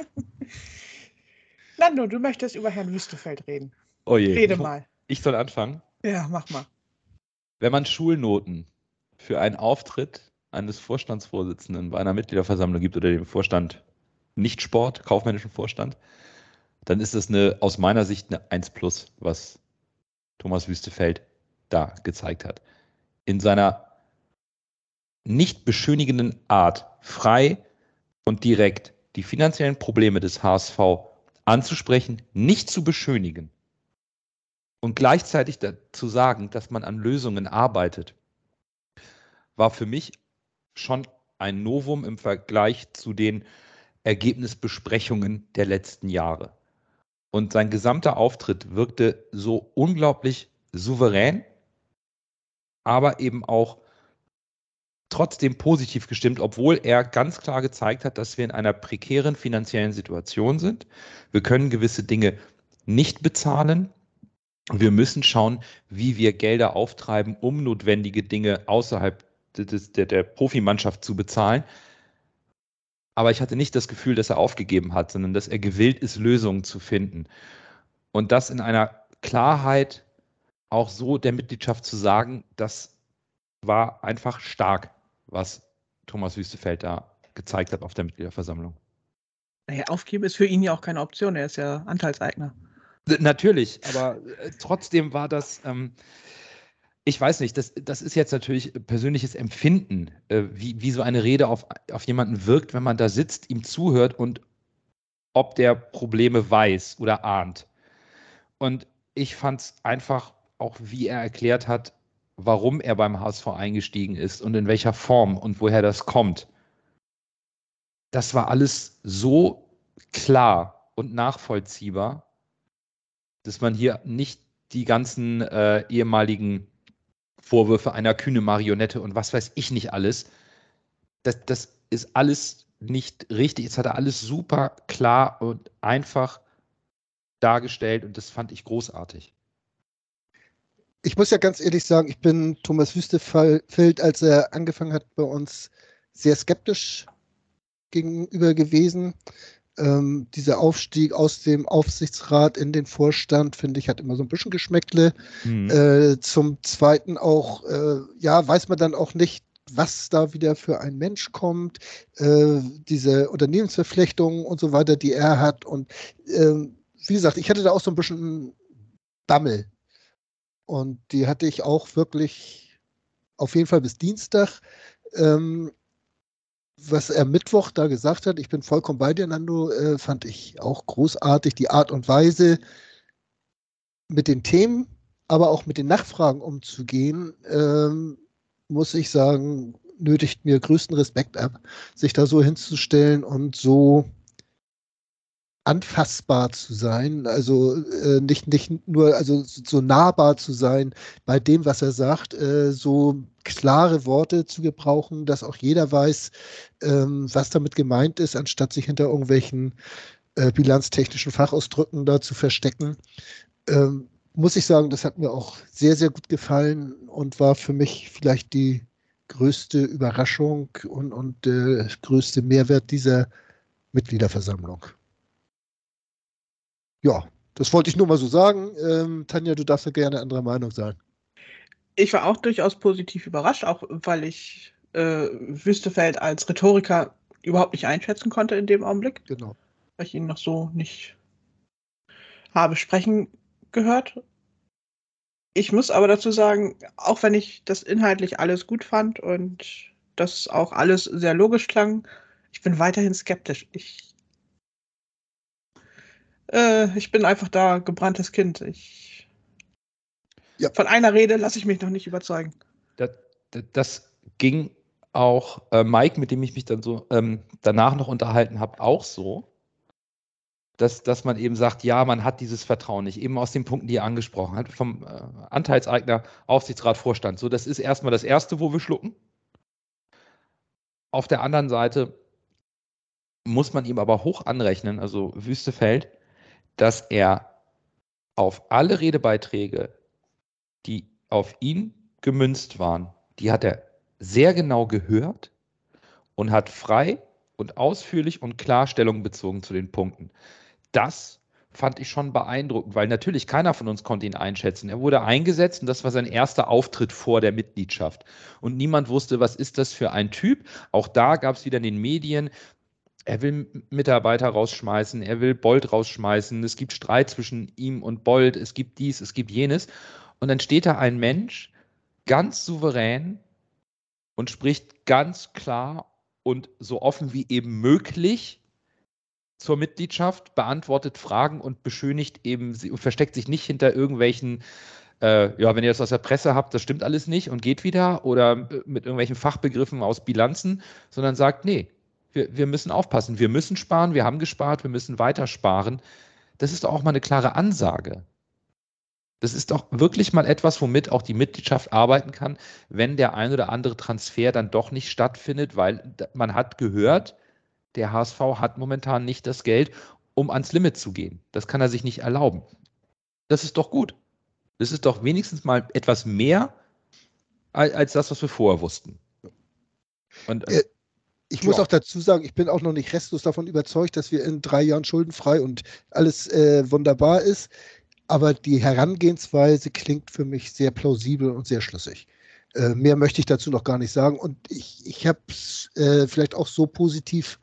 Speaker 3: Nando, du möchtest über Herrn Wüstefeld reden.
Speaker 5: Oh je.
Speaker 3: Rede mal.
Speaker 5: Ich soll anfangen.
Speaker 3: Ja, mach mal.
Speaker 5: Wenn man Schulnoten für einen Auftritt eines Vorstandsvorsitzenden bei einer Mitgliederversammlung gibt oder dem Vorstand nicht Sport, kaufmännischen Vorstand, dann ist das aus meiner Sicht eine 1+, was Thomas Wüstefeld da gezeigt hat. In seiner nicht beschönigenden Art, frei und direkt die finanziellen Probleme des HSV anzusprechen, nicht zu beschönigen und gleichzeitig dazu sagen, dass man an Lösungen arbeitet, war für mich schon ein Novum im Vergleich zu den Ergebnisbesprechungen der letzten Jahre. Und sein gesamter Auftritt wirkte so unglaublich souverän, aber eben auch trotzdem positiv gestimmt, obwohl er ganz klar gezeigt hat, dass wir in einer prekären finanziellen Situation sind. Wir können gewisse Dinge nicht bezahlen. Wir müssen schauen, wie wir Gelder auftreiben, um notwendige Dinge außerhalb der Profimannschaft zu bezahlen. Aber ich hatte nicht das Gefühl, dass er aufgegeben hat, sondern dass er gewillt ist, Lösungen zu finden. Und das in einer Klarheit auch so der Mitgliedschaft zu sagen, das war einfach stark, was Thomas Wüstefeld da gezeigt hat auf der Mitgliederversammlung.
Speaker 3: Naja, aufgeben ist für ihn ja auch keine Option. Er ist ja Anteilseigner.
Speaker 5: Natürlich, aber trotzdem war das, ich weiß nicht, das ist jetzt natürlich persönliches Empfinden, wie so eine Rede auf jemanden wirkt, wenn man da sitzt, ihm zuhört und ob der Probleme weiß oder ahnt. Und ich fand es einfach, auch wie er erklärt hat, warum er beim HSV eingestiegen ist und in welcher Form und woher das kommt. das war alles so klar und nachvollziehbar, dass man hier nicht die ganzen ehemaligen Vorwürfe einer kühnen Marionette und was weiß ich nicht alles, das ist alles nicht richtig. Es hat er alles super klar und einfach dargestellt und das fand ich großartig.
Speaker 4: Ich muss ja ganz ehrlich sagen, ich bin Thomas Wüstefeld, als er angefangen hat, bei uns sehr skeptisch gegenüber gewesen. Dieser Aufstieg aus dem Aufsichtsrat in den Vorstand, finde ich, hat immer so ein bisschen Geschmäckle. Zum Zweiten auch, weiß man dann auch nicht, was da wieder für ein Mensch kommt, diese Unternehmensverflechtungen und so weiter, die er hat. Und wie gesagt, ich hatte da auch so ein bisschen Bammel. Und die hatte ich auch wirklich auf jeden Fall bis Dienstag. Was er Mittwoch da gesagt hat, ich bin vollkommen bei dir, Nando, fand ich auch großartig. Die Art und Weise, mit den Themen, aber auch mit den Nachfragen umzugehen, muss ich sagen, nötigt mir größten Respekt ab, sich da so hinzustellen und so anfassbar zu sein, also nicht nur, also so nahbar zu sein bei dem, was er sagt, so klare Worte zu gebrauchen, dass auch jeder weiß, was damit gemeint ist, anstatt sich hinter irgendwelchen bilanztechnischen Fachausdrücken da zu verstecken. Muss ich sagen, das hat mir auch sehr, sehr gut gefallen und war für mich vielleicht die größte Überraschung und größte Mehrwert dieser Mitgliederversammlung. Ja, das wollte ich nur mal so sagen. Tanja, du darfst ja gerne anderer Meinung sein.
Speaker 3: Ich war auch durchaus positiv überrascht, auch weil ich Wüstefeld als Rhetoriker überhaupt nicht einschätzen konnte in dem Augenblick.
Speaker 4: Genau.
Speaker 3: Weil ich ihn noch so nicht habe sprechen gehört. Ich muss aber dazu sagen, auch wenn ich das inhaltlich alles gut fand und das auch alles sehr logisch klang, ich bin weiterhin skeptisch. Ich bin einfach da gebranntes Kind. Von einer Rede lasse ich mich noch nicht überzeugen.
Speaker 5: Das ging auch Mike, mit dem ich mich dann so danach noch unterhalten habe, auch so, dass man eben sagt, ja, man hat dieses Vertrauen nicht, eben aus den Punkten, die er angesprochen hat, vom Anteilseigner, Aufsichtsrat, Vorstand. So, das ist erstmal das Erste, wo wir schlucken. Auf der anderen Seite muss man ihm aber hoch anrechnen, also Wüstefeld, dass er auf alle Redebeiträge, die auf ihn gemünzt waren, die hat er sehr genau gehört und hat frei und ausführlich und klar Stellung bezogen zu den Punkten. Das fand ich schon beeindruckend, weil natürlich keiner von uns konnte ihn einschätzen. Er wurde eingesetzt und das war sein erster Auftritt vor der Mitgliedschaft. Und niemand wusste, was ist das für ein Typ. Auch da gab es wieder in den Medien, er will Mitarbeiter rausschmeißen, er will Bold rausschmeißen, es gibt Streit zwischen ihm und Bold, es gibt dies, es gibt jenes. Und dann steht da ein Mensch, ganz souverän und spricht ganz klar und so offen wie eben möglich zur Mitgliedschaft, beantwortet Fragen und beschönigt eben, versteckt sich nicht hinter irgendwelchen, wenn ihr das aus der Presse habt, das stimmt alles nicht und geht wieder oder mit irgendwelchen Fachbegriffen aus Bilanzen, sondern sagt, nee, wir müssen aufpassen, wir müssen sparen, wir haben gespart, wir müssen weiter sparen. Das ist doch auch mal eine klare Ansage. Das ist doch wirklich mal etwas, womit auch die Mitgliedschaft arbeiten kann, wenn der ein oder andere Transfer dann doch nicht stattfindet, weil man hat gehört, der HSV hat momentan nicht das Geld, um ans Limit zu gehen. Das kann er sich nicht erlauben. Das ist doch gut. Das ist doch wenigstens mal etwas mehr als das, was wir vorher wussten. Und
Speaker 4: ich muss auch dazu sagen, ich bin auch noch nicht restlos davon überzeugt, dass wir in 3 Jahren schuldenfrei und alles wunderbar ist. Aber die Herangehensweise klingt für mich sehr plausibel und sehr schlüssig. Mehr möchte ich dazu noch gar nicht sagen. Und ich habe es vielleicht auch so positiv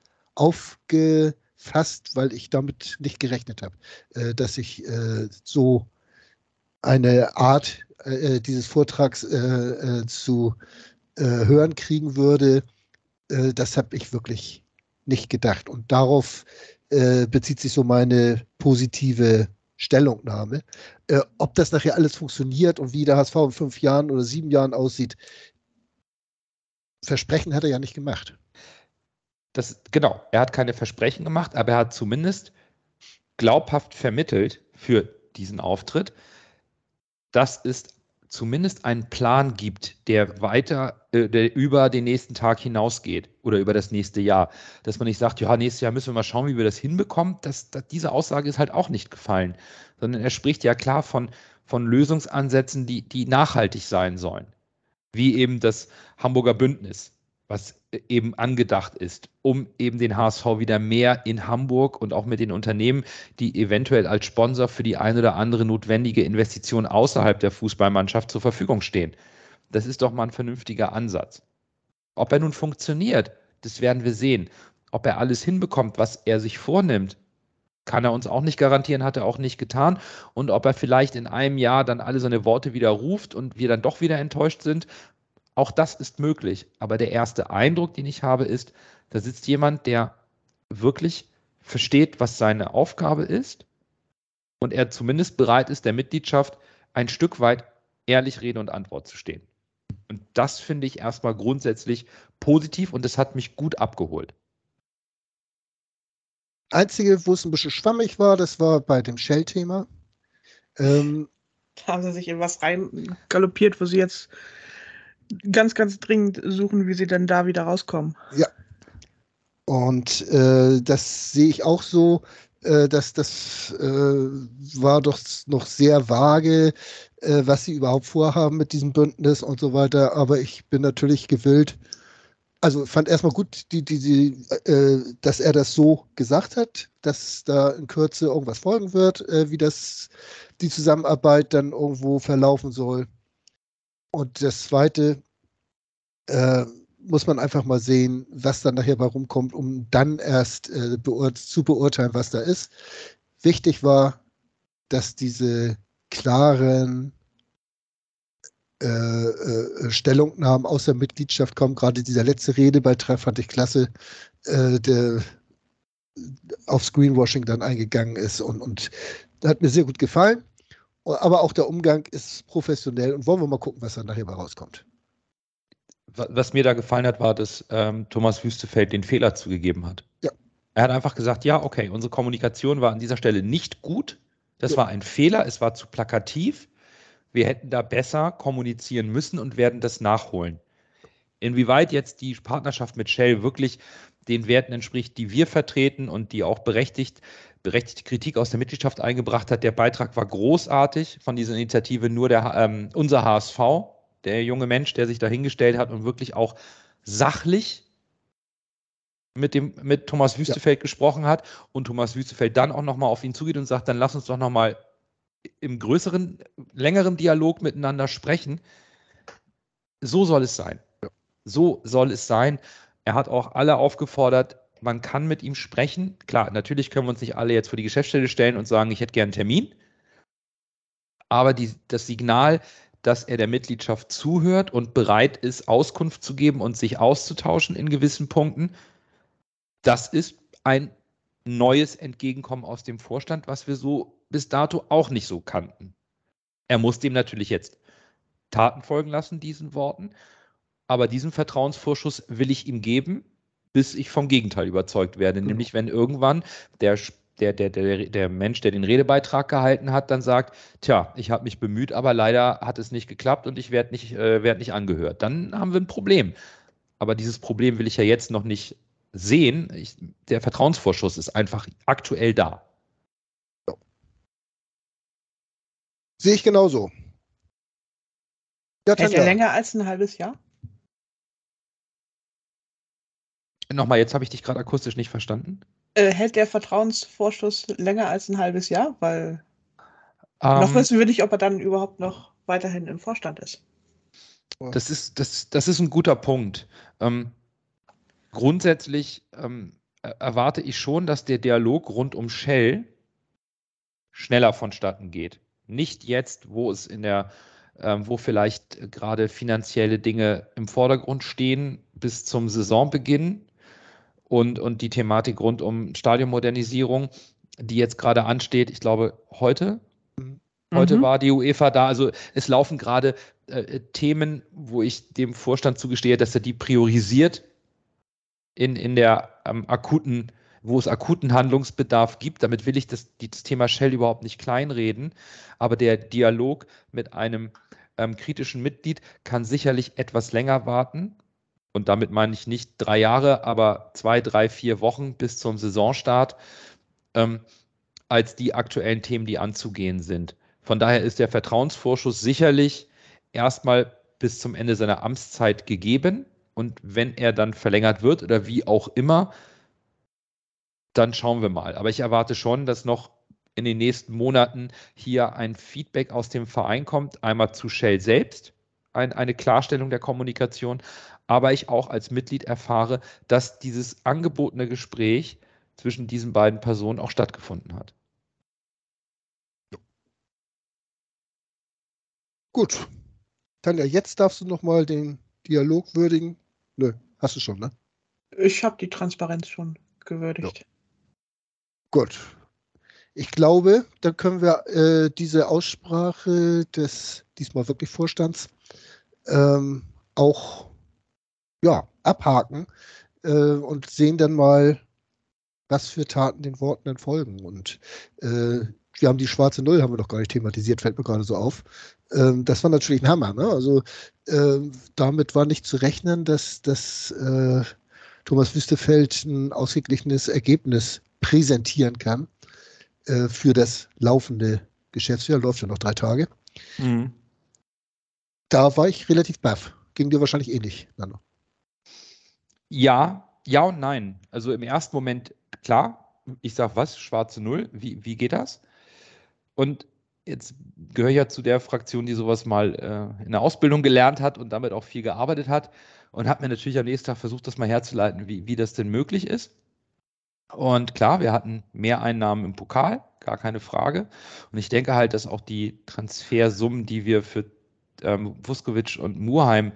Speaker 4: aufgefasst, weil ich damit nicht gerechnet habe, dass ich so eine Art dieses Vortrags zu hören kriegen würde. Das habe ich wirklich nicht gedacht. Und darauf bezieht sich so meine positive Stellungnahme. Ob das nachher alles funktioniert und wie der HSV in 5 Jahren oder 7 Jahren aussieht, Versprechen hat er ja nicht gemacht.
Speaker 5: Genau, er hat keine Versprechen gemacht, aber er hat zumindest glaubhaft vermittelt für diesen Auftritt, dass es zumindest einen Plan gibt, der der über den nächsten Tag hinausgeht oder über das nächste Jahr. Dass man nicht sagt, ja, nächstes Jahr müssen wir mal schauen, wie wir das hinbekommen. Diese Aussage ist halt auch nicht gefallen, sondern er spricht ja klar von Lösungsansätzen, die nachhaltig sein sollen. Wie eben das Hamburger Bündnis, was eben angedacht ist, um eben den HSV wieder mehr in Hamburg und auch mit den Unternehmen, die eventuell als Sponsor für die ein oder andere notwendige Investition außerhalb der Fußballmannschaft zur Verfügung stehen. Das ist doch mal ein vernünftiger Ansatz. Ob er nun funktioniert, das werden wir sehen. Ob er alles hinbekommt, was er sich vornimmt, kann er uns auch nicht garantieren, hat er auch nicht getan. Und ob er vielleicht in einem Jahr dann alle seine Worte wieder ruft und wir dann doch wieder enttäuscht sind, auch das ist möglich. Aber der erste Eindruck, den ich habe, ist, da sitzt jemand, der wirklich versteht, was seine Aufgabe ist und er zumindest bereit ist, der Mitgliedschaft ein Stück weit ehrlich Rede und Antwort zu stehen. Und das finde ich erstmal grundsätzlich positiv und das hat mich gut abgeholt.
Speaker 4: Einzige, wo es ein bisschen schwammig war, das war bei dem Shell-Thema.
Speaker 3: Da haben sie sich in was reingaloppiert, wo sie jetzt ganz, ganz dringend suchen, wie sie dann da wieder rauskommen.
Speaker 4: Ja. Und das sehe ich auch so, dass das war doch noch sehr vage, was sie überhaupt vorhaben mit diesem Bündnis und so weiter. Aber ich bin natürlich gewillt, also fand erstmal gut, dass er das so gesagt hat, dass da in Kürze irgendwas folgen wird, wie die Zusammenarbeit dann irgendwo verlaufen soll. Und das Zweite muss man einfach mal sehen, was dann nachher bei rumkommt, um dann erst zu beurteilen, was da ist. Wichtig war, dass diese klaren Stellungnahmen aus der Mitgliedschaft kommen. Gerade dieser letzte Redebeitrag fand ich klasse, der aufs Greenwashing dann eingegangen ist und hat mir sehr gut gefallen. Aber auch der Umgang ist professionell und wollen wir mal gucken, was dann nachher bei rauskommt.
Speaker 5: Was mir da gefallen hat, war, dass Thomas Wüstefeld den Fehler zugegeben hat.
Speaker 4: Ja.
Speaker 5: Er hat einfach gesagt, ja, okay, unsere Kommunikation war an dieser Stelle nicht gut. Das war ein Fehler, es war zu plakativ. Wir hätten da besser kommunizieren müssen und werden das nachholen. Inwieweit jetzt die Partnerschaft mit Shell wirklich den Werten entspricht, die wir vertreten und die auch berechtigte Kritik aus der Mitgliedschaft eingebracht hat. Der Beitrag war großartig von dieser Initiative, nur unser HSV, der junge Mensch, der sich da hingestellt hat und wirklich auch sachlich mit Thomas Wüstefeld gesprochen hat und Thomas Wüstefeld dann auch nochmal auf ihn zugeht und sagt, dann lass uns doch nochmal im größeren, längeren Dialog miteinander sprechen. So soll es sein.
Speaker 4: Ja.
Speaker 5: So soll es sein. Er hat auch alle aufgefordert, man kann mit ihm sprechen. Klar, natürlich können wir uns nicht alle jetzt vor die Geschäftsstelle stellen und sagen, ich hätte gern einen Termin. Aber das Signal, dass er der Mitgliedschaft zuhört und bereit ist, Auskunft zu geben und sich auszutauschen in gewissen Punkten, das ist ein neues Entgegenkommen aus dem Vorstand, was wir so bis dato auch nicht so kannten. Er muss dem natürlich jetzt Taten folgen lassen, diesen Worten. Aber diesen Vertrauensvorschuss will ich ihm geben, bis ich vom Gegenteil überzeugt werde. Genau. Nämlich, wenn irgendwann der Mensch, der den Redebeitrag gehalten hat, dann sagt, tja, ich habe mich bemüht, aber leider hat es nicht geklappt und ich werde nicht angehört. Dann haben wir ein Problem. Aber dieses Problem will ich ja jetzt noch nicht sehen. Der Vertrauensvorschuss ist einfach aktuell da.
Speaker 4: So. Sehe ich genauso.
Speaker 3: Ja, hält er länger als ein halbes Jahr?
Speaker 5: Nochmal, jetzt habe ich dich gerade akustisch nicht verstanden.
Speaker 3: Hält der Vertrauensvorschuss länger als ein halbes Jahr? Weil noch wissen wir nicht, ob er dann überhaupt noch weiterhin im Vorstand ist.
Speaker 5: Das ist ein guter Punkt. Grundsätzlich erwarte ich schon, dass der Dialog rund um Shell schneller vonstatten geht. Nicht jetzt, wo vielleicht gerade finanzielle Dinge im Vordergrund stehen, bis zum Saisonbeginn und die Thematik rund um Stadionmodernisierung, die jetzt gerade ansteht. Ich glaube, heute war die UEFA da. Also es laufen gerade Themen, wo ich dem Vorstand zugestehe, dass er die priorisiert in der wo es akuten Handlungsbedarf gibt. Damit will ich das Thema Shell überhaupt nicht kleinreden, aber der Dialog mit einem kritischen Mitglied kann sicherlich etwas länger warten. Und damit meine ich nicht 3 Jahre, aber 2, 3, 4 Wochen bis zum Saisonstart, als die aktuellen Themen, die anzugehen sind. Von daher ist der Vertrauensvorschuss sicherlich erstmal bis zum Ende seiner Amtszeit gegeben. Und wenn er dann verlängert wird oder wie auch immer, dann schauen wir mal. Aber ich erwarte schon, dass noch in den nächsten Monaten hier ein Feedback aus dem Verein kommt. Einmal zu Shell selbst, eine Klarstellung der Kommunikation, aber ich auch als Mitglied erfahre, dass dieses angebotene Gespräch zwischen diesen beiden Personen auch stattgefunden hat.
Speaker 4: Gut. Tanja, jetzt darfst du nochmal den Dialog würdigen. Nö, hast du schon, ne?
Speaker 3: Ich habe die Transparenz schon gewürdigt.
Speaker 4: Ja. Gut. Ich glaube, dann können wir diese Aussprache des diesmal wirklich Vorstands auch abhaken und sehen dann mal, was für Taten den Worten dann folgen. Und wir haben die schwarze Null, haben wir noch gar nicht thematisiert, fällt mir gerade so auf. Das war natürlich ein Hammer. Ne? Also damit war nicht zu rechnen, dass Thomas Wüstefeld ein ausgeglichenes Ergebnis präsentieren kann für das laufende Geschäftsjahr. Läuft ja noch 3 Tage. Mhm. Da war ich relativ baff. Ging dir wahrscheinlich ähnlich, Nando.
Speaker 5: Ja und nein. Also im ersten Moment, klar, ich sage was, schwarze Null, wie geht das? Und jetzt gehöre ich ja zu der Fraktion, die sowas mal in der Ausbildung gelernt hat und damit auch viel gearbeitet hat und habe mir natürlich am nächsten Tag versucht, das mal herzuleiten, wie das denn möglich ist. Und klar, wir hatten mehr Einnahmen im Pokal, gar keine Frage. Und ich denke halt, dass auch die Transfersummen, die wir für Vuskovic und Muheim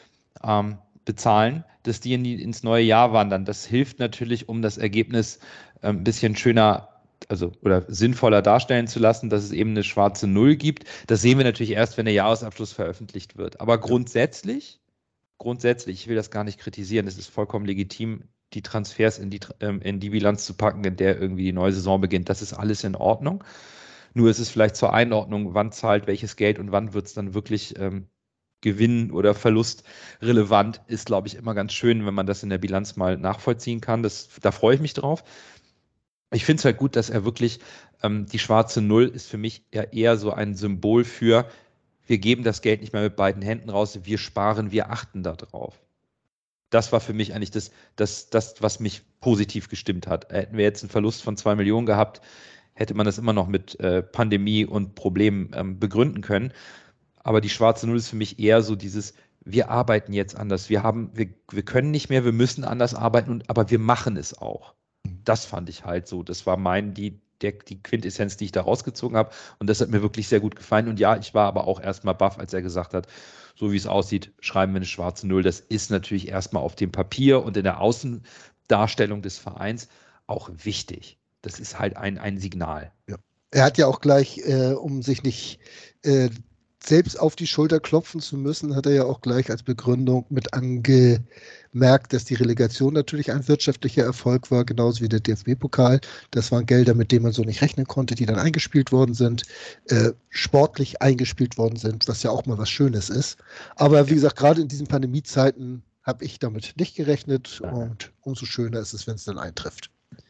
Speaker 5: bezahlen, dass die ins neue Jahr wandern. Das hilft natürlich, um das Ergebnis ein bisschen schöner oder sinnvoller darstellen zu lassen, dass es eben eine schwarze Null gibt. Das sehen wir natürlich erst, wenn der Jahresabschluss veröffentlicht wird. Aber grundsätzlich, ich will das gar nicht kritisieren, es ist vollkommen legitim, die Transfers in die Bilanz zu packen, in der irgendwie die neue Saison beginnt. Das ist alles in Ordnung. Nur ist es vielleicht zur Einordnung, wann zahlt welches Geld und wann wird es dann wirklich Gewinn oder Verlust relevant, ist, glaube ich, immer ganz schön, wenn man das in der Bilanz mal nachvollziehen kann. Da freue ich mich drauf. Ich finde es halt gut, dass er wirklich, die schwarze Null ist für mich eher so ein Symbol für, wir geben das Geld nicht mehr mit beiden Händen raus, wir sparen, wir achten da drauf. Das war für mich eigentlich das, was mich positiv gestimmt hat. Hätten wir jetzt einen Verlust von 2 Millionen gehabt, hätte man das immer noch mit Pandemie und Problemen begründen können. Aber die schwarze Null ist für mich eher so dieses, wir arbeiten jetzt anders. Wir können nicht mehr, wir müssen anders arbeiten, aber wir machen es auch. Das fand ich halt so. Das war die Quintessenz, die ich da rausgezogen habe. Und das hat mir wirklich sehr gut gefallen. Und ja, ich war aber auch erstmal baff, als er gesagt hat, so wie es aussieht, schreiben wir eine schwarze Null. Das ist natürlich erstmal auf dem Papier und in der Außendarstellung des Vereins auch wichtig. Das ist halt ein Signal.
Speaker 4: Ja. Er hat ja auch gleich, um sich nicht selbst auf die Schulter klopfen zu müssen, hat er ja auch gleich als Begründung mit angemerkt, dass die Relegation natürlich ein wirtschaftlicher Erfolg war, genauso wie der DFB-Pokal. Das waren Gelder, mit denen man so nicht rechnen konnte, die dann eingespielt worden sind, sportlich eingespielt worden sind, was ja auch mal was Schönes ist. Aber wie gesagt, gerade in diesen Pandemiezeiten habe ich damit nicht gerechnet und umso schöner ist es, wenn es dann eintrifft.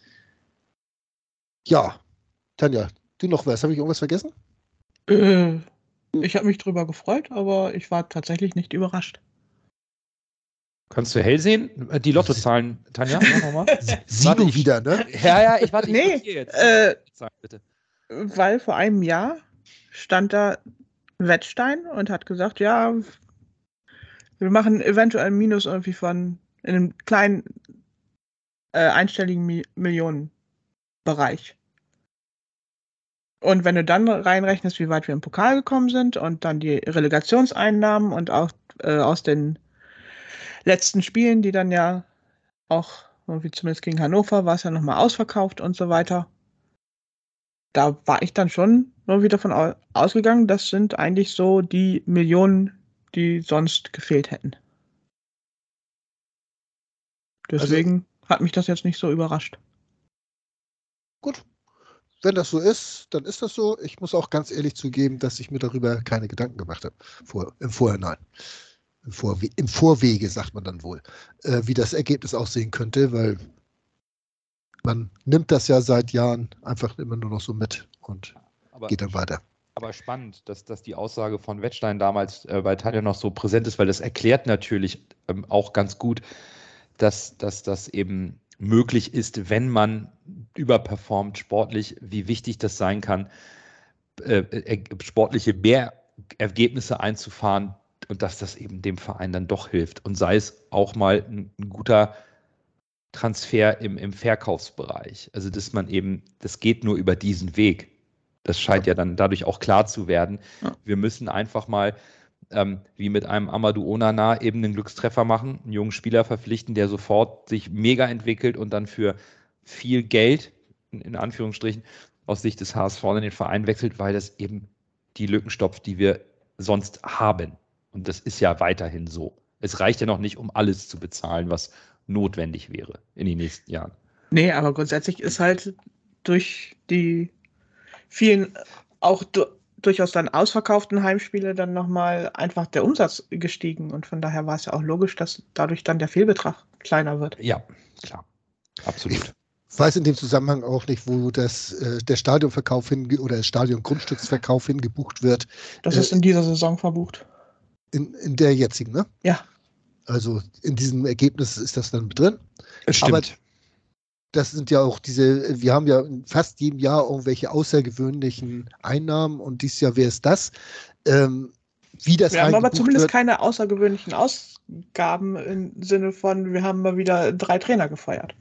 Speaker 4: Ja, Tanja, du noch was? Habe ich irgendwas vergessen?
Speaker 3: Ich habe mich drüber gefreut, aber ich war tatsächlich nicht überrascht.
Speaker 5: Kannst du hell sehen? Die Lottozahlen, Tanja, nochmal.
Speaker 4: Sieh du wieder, ne?
Speaker 5: Ja, ich warte
Speaker 3: nee,
Speaker 5: jetzt. Bitte.
Speaker 3: Weil vor einem Jahr stand da Wettstein und hat gesagt, ja, wir machen eventuell ein Minus irgendwie in einem kleinen einstelligen Millionenbereich. Und wenn du dann reinrechnest, wie weit wir im Pokal gekommen sind und dann die Relegationseinnahmen und auch aus den letzten Spielen, die dann ja auch, irgendwie zumindest gegen Hannover, war es ja nochmal ausverkauft und so weiter. Da war ich dann schon irgendwie davon ausgegangen, das sind eigentlich so die Millionen, die sonst gefehlt hätten. Deswegen hat mich das jetzt nicht so überrascht.
Speaker 4: Gut. Wenn das so ist, dann ist das so. Ich muss auch ganz ehrlich zugeben, dass ich mir darüber keine Gedanken gemacht habe. Im Vorhinein. Im Vorwege, sagt man dann wohl, wie das Ergebnis aussehen könnte, weil man nimmt das ja seit Jahren einfach immer nur noch so mit und geht dann weiter.
Speaker 5: Aber spannend, dass die Aussage von Wettstein damals bei Tanja noch so präsent ist, weil das erklärt natürlich auch ganz gut, dass das eben möglich ist, wenn man überperformt sportlich, wie wichtig das sein kann, sportliche Mehrergebnisse einzufahren und dass das eben dem Verein dann doch hilft. Und sei es auch mal ein guter Transfer im Verkaufsbereich. Also dass man eben, das geht nur über diesen Weg. Das scheint ja dann dadurch auch klar zu werden. Ja. Wir müssen einfach mal, wie mit einem Amadou Onana, eben einen Glückstreffer machen, einen jungen Spieler verpflichten, der sofort sich mega entwickelt und dann für viel Geld, in Anführungsstrichen, aus Sicht des HSV in den Verein wechselt, weil das eben die Lücken stopft, die wir sonst haben. Und das ist ja weiterhin so. Es reicht ja noch nicht, um alles zu bezahlen, was notwendig wäre in den nächsten Jahren.
Speaker 3: Nee, aber grundsätzlich ist halt durch die vielen, auch durchaus dann ausverkauften Heimspiele dann nochmal einfach der Umsatz gestiegen. Und von daher war es ja auch logisch, dass dadurch dann der Fehlbetrag kleiner wird.
Speaker 5: Ja, klar. Absolut.
Speaker 4: Ich weiß in dem Zusammenhang auch nicht, wo der Stadionverkauf oder der Stadiongrundstücksverkauf hingebucht wird.
Speaker 3: Das ist in dieser Saison verbucht.
Speaker 4: In der jetzigen, ne?
Speaker 3: Ja.
Speaker 4: Also in diesem Ergebnis ist das dann mit drin.
Speaker 5: Stimmt. Aber
Speaker 4: das sind ja auch wir haben ja in fast jedem Jahr irgendwelche außergewöhnlichen Einnahmen und dieses Jahr wäre es das. Wie das
Speaker 3: wir haben aber zumindest keine außergewöhnlichen Ausgaben im Sinne von, wir haben mal wieder 3 Trainer gefeuert.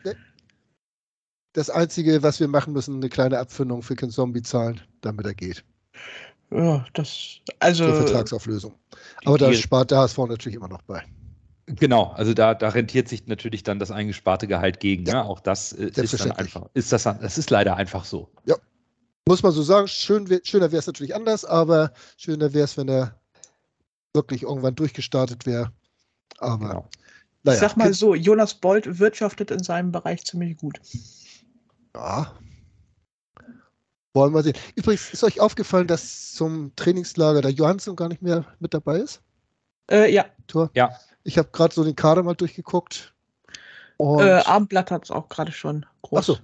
Speaker 4: Das Einzige, was wir machen müssen, eine kleine Abfindung für Ken Zombie zahlen, damit er geht.
Speaker 3: Ja,
Speaker 4: zur Vertragsauflösung. Aber da spart der HSV natürlich immer noch bei.
Speaker 5: Genau, also da rentiert sich natürlich dann das eingesparte Gehalt gegen. Ja, auch das ist dann einfach. Das ist leider einfach so. Ja.
Speaker 4: Muss man so sagen, schöner wäre es natürlich anders, aber schöner wäre es, wenn er wirklich irgendwann durchgestartet wäre. Aber
Speaker 5: genau.
Speaker 3: Ich sag mal so, Jonas Bold wirtschaftet in seinem Bereich ziemlich gut.
Speaker 4: Ja. Wollen wir sehen. Übrigens, ist euch aufgefallen, dass zum Trainingslager der Johansson gar nicht mehr mit dabei ist?
Speaker 3: Ja.
Speaker 4: Tor?
Speaker 5: Ja.
Speaker 4: Ich habe gerade so den Kader mal durchgeguckt.
Speaker 3: Abendblatt hat es auch gerade schon groß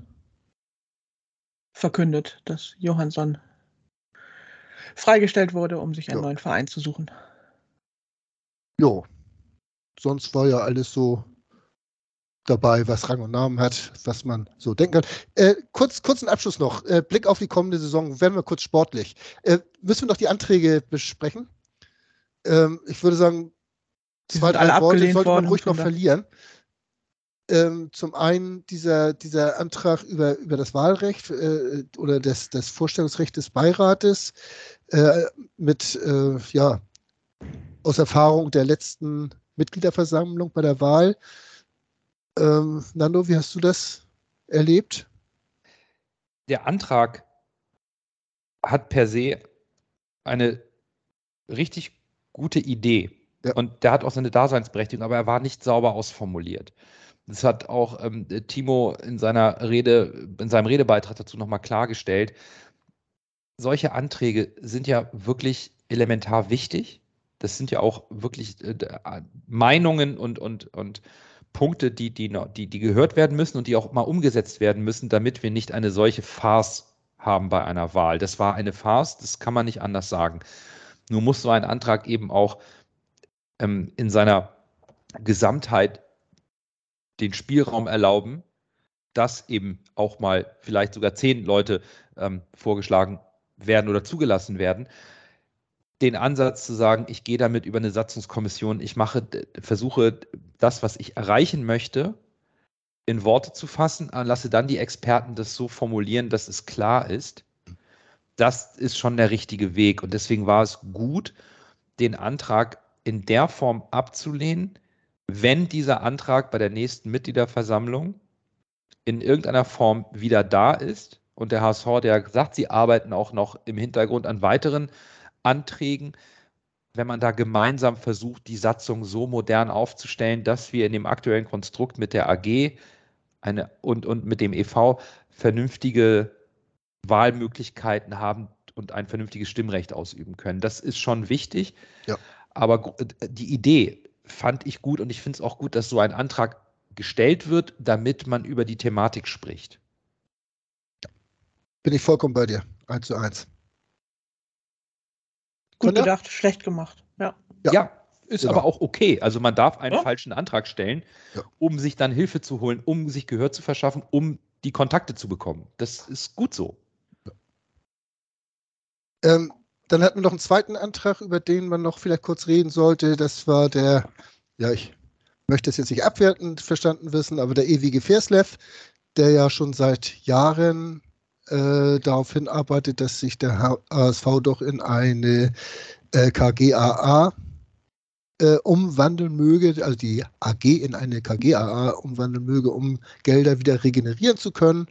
Speaker 3: verkündet, dass Johansson freigestellt wurde, um sich einen neuen Verein zu suchen.
Speaker 4: Jo. Sonst war ja alles so dabei, was Rang und Namen hat, was man so denken kann. Kurzen Abschluss noch. Blick auf die kommende Saison. Werden wir kurz sportlich. Müssen wir noch die Anträge besprechen? Ich würde sagen, 2, 3 Worte sollte man ruhig noch verlieren. Zum einen dieser Antrag über das Wahlrecht oder das Vorstellungsrecht des Beirates mit aus Erfahrung der letzten Mitgliederversammlung bei der Wahl. Nando, wie hast du das erlebt?
Speaker 5: Der Antrag hat per se eine richtig gute Idee. Ja. Und der hat auch seine Daseinsberechtigung, aber er war nicht sauber ausformuliert. Das hat auch Timo in seinem Redebeitrag dazu nochmal klargestellt. Solche Anträge sind ja wirklich elementar wichtig. Das sind ja auch wirklich Meinungen und Punkte, die gehört werden müssen und die auch mal umgesetzt werden müssen, damit wir nicht eine solche Farce haben bei einer Wahl. Das war eine Farce, das kann man nicht anders sagen. Nur muss so ein Antrag eben auch in seiner Gesamtheit den Spielraum erlauben, dass eben auch mal vielleicht sogar 10 Leute vorgeschlagen werden oder zugelassen werden. Den Ansatz zu sagen, ich gehe damit über eine Satzungskommission, ich versuche das, was ich erreichen möchte, in Worte zu fassen, lasse dann die Experten das so formulieren, dass es klar ist. Das ist schon der richtige Weg. Und deswegen war es gut, den Antrag in der Form abzulehnen, wenn dieser Antrag bei der nächsten Mitgliederversammlung in irgendeiner Form wieder da ist und der HSV, der sagt, sie arbeiten auch noch im Hintergrund an weiteren Anträgen, wenn man da gemeinsam versucht, die Satzung so modern aufzustellen, dass wir in dem aktuellen Konstrukt mit der AG und mit dem e.V. vernünftige Wahlmöglichkeiten haben und ein vernünftiges Stimmrecht ausüben können. Das ist schon wichtig.
Speaker 4: Ja.
Speaker 5: Aber die Idee fand ich gut und ich finde es auch gut, dass so ein Antrag gestellt wird, damit man über die Thematik spricht.
Speaker 4: Bin ich vollkommen bei dir. 1:1.
Speaker 3: Gut
Speaker 4: Sonja?
Speaker 3: gedacht, schlecht gemacht. Ja.
Speaker 5: Ja, ist
Speaker 4: genau.
Speaker 5: aber auch okay. Also man darf einen
Speaker 3: Ja.
Speaker 5: falschen Antrag stellen,
Speaker 4: Ja.
Speaker 5: um sich dann Hilfe zu holen, um sich Gehör zu verschaffen, um die Kontakte zu bekommen. Das ist gut so.
Speaker 4: Dann hatten wir noch einen zweiten Antrag, über den man noch vielleicht kurz reden sollte. Das war der, ja, ich möchte es jetzt nicht abwertend verstanden wissen, aber der ewige Verslev, der ja schon seit Jahren darauf hinarbeitet, dass sich der HSV doch in eine KGaA umwandeln möge, also die AG in eine KGaA umwandeln möge, um Gelder wieder regenerieren zu können.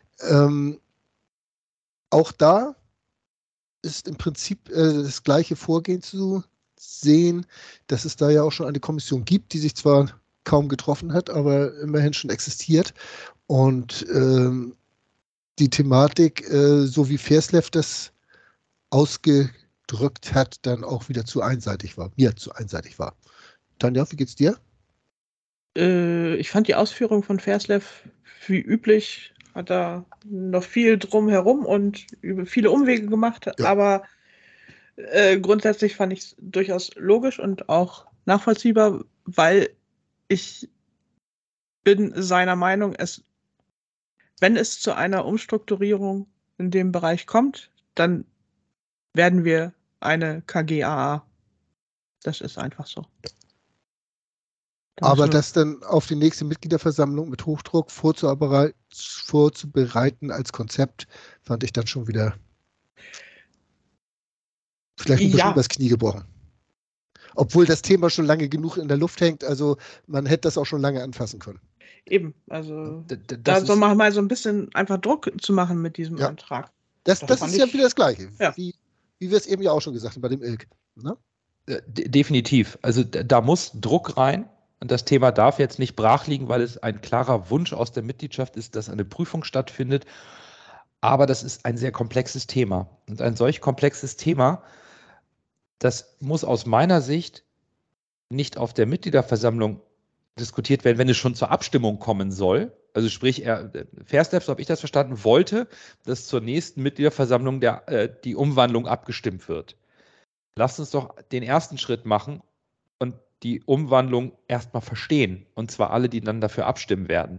Speaker 4: Auch da ist im Prinzip das gleiche Vorgehen zu sehen, dass es da ja auch schon eine Kommission gibt, die sich zwar kaum getroffen hat, aber immerhin schon existiert. Und die Thematik, so wie Verslev das ausgedrückt hat, dann auch wieder zu einseitig war, mir zu einseitig war. Tanja, wie geht's dir?
Speaker 3: Ich fand die Ausführung von Verslev wie üblich, hat da noch viel drumherum und über viele Umwege gemacht,
Speaker 4: Ja.
Speaker 3: aber grundsätzlich fand ich es durchaus logisch und auch nachvollziehbar, weil ich bin seiner Meinung, wenn es zu einer Umstrukturierung in dem Bereich kommt, dann werden wir eine KGaA. Das ist einfach so. Da
Speaker 4: Aber
Speaker 3: müssen wir-
Speaker 4: das dann auf die nächste Mitgliederversammlung mit Hochdruck vorzubereiten als Konzept, fand ich dann schon wieder vielleicht ein bisschen
Speaker 3: Ja.
Speaker 4: übers Knie gebrochen. Obwohl das Thema schon lange genug in der Luft hängt, also man hätte das auch schon lange anfassen können.
Speaker 3: Eben, also
Speaker 5: Das
Speaker 3: da so
Speaker 5: ist-
Speaker 3: mal so ein bisschen einfach Druck zu machen mit diesem
Speaker 4: Ja.
Speaker 3: Antrag.
Speaker 4: Das
Speaker 3: Das
Speaker 4: ist
Speaker 3: fand
Speaker 4: ja
Speaker 3: ich-
Speaker 4: wieder das Gleiche,
Speaker 3: Ja.
Speaker 4: wie wir es eben ja auch schon gesagt haben bei dem Ilk. Ne?
Speaker 5: Definitiv. Also da muss Druck rein und das Thema darf jetzt nicht brach liegen, weil es ein klarer Wunsch aus der Mitgliedschaft ist, dass eine Prüfung stattfindet. Aber das ist ein sehr komplexes Thema. Und ein solch komplexes Thema, das muss aus meiner Sicht nicht auf der Mitgliederversammlung diskutiert werden, wenn es schon zur Abstimmung kommen soll. Also sprich, Verslev, so habe ich das verstanden, wollte, dass zur nächsten Mitgliederversammlung die Umwandlung abgestimmt wird. Lasst uns doch den ersten Schritt machen und die Umwandlung erstmal verstehen. Und zwar alle, die dann dafür abstimmen werden.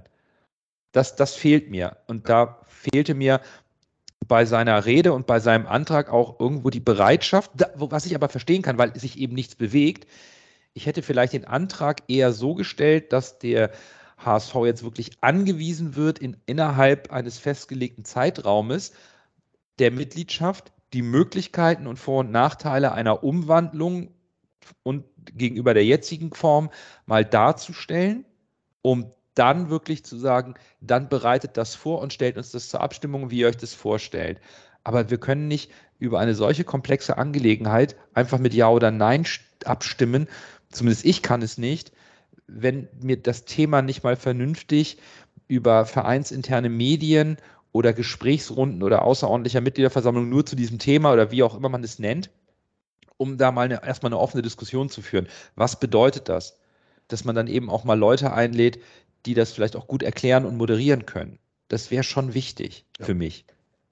Speaker 5: Das fehlt mir. Und da fehlte mir bei seiner Rede und bei seinem Antrag auch irgendwo die Bereitschaft, was ich aber verstehen kann, weil sich eben nichts bewegt. Ich hätte vielleicht den Antrag eher so gestellt, dass der HSV jetzt wirklich angewiesen wird, innerhalb eines festgelegten Zeitraumes der Mitgliedschaft die Möglichkeiten und Vor- und Nachteile einer Umwandlung und gegenüber der jetzigen Form mal darzustellen, um dann wirklich zu sagen, dann bereitet das vor und stellt uns das zur Abstimmung, wie ihr euch das vorstellt. Aber wir können nicht über eine solche komplexe Angelegenheit einfach mit Ja oder Nein abstimmen. Zumindest ich kann es nicht, wenn mir das Thema nicht mal vernünftig über vereinsinterne Medien oder Gesprächsrunden oder außerordentlicher Mitgliederversammlung nur zu diesem Thema oder wie auch immer man es nennt, um da mal erstmal eine offene Diskussion zu führen. Was bedeutet das? Dass man dann eben auch mal Leute einlädt, die das vielleicht auch gut erklären und moderieren können. Das wäre schon wichtig für mich.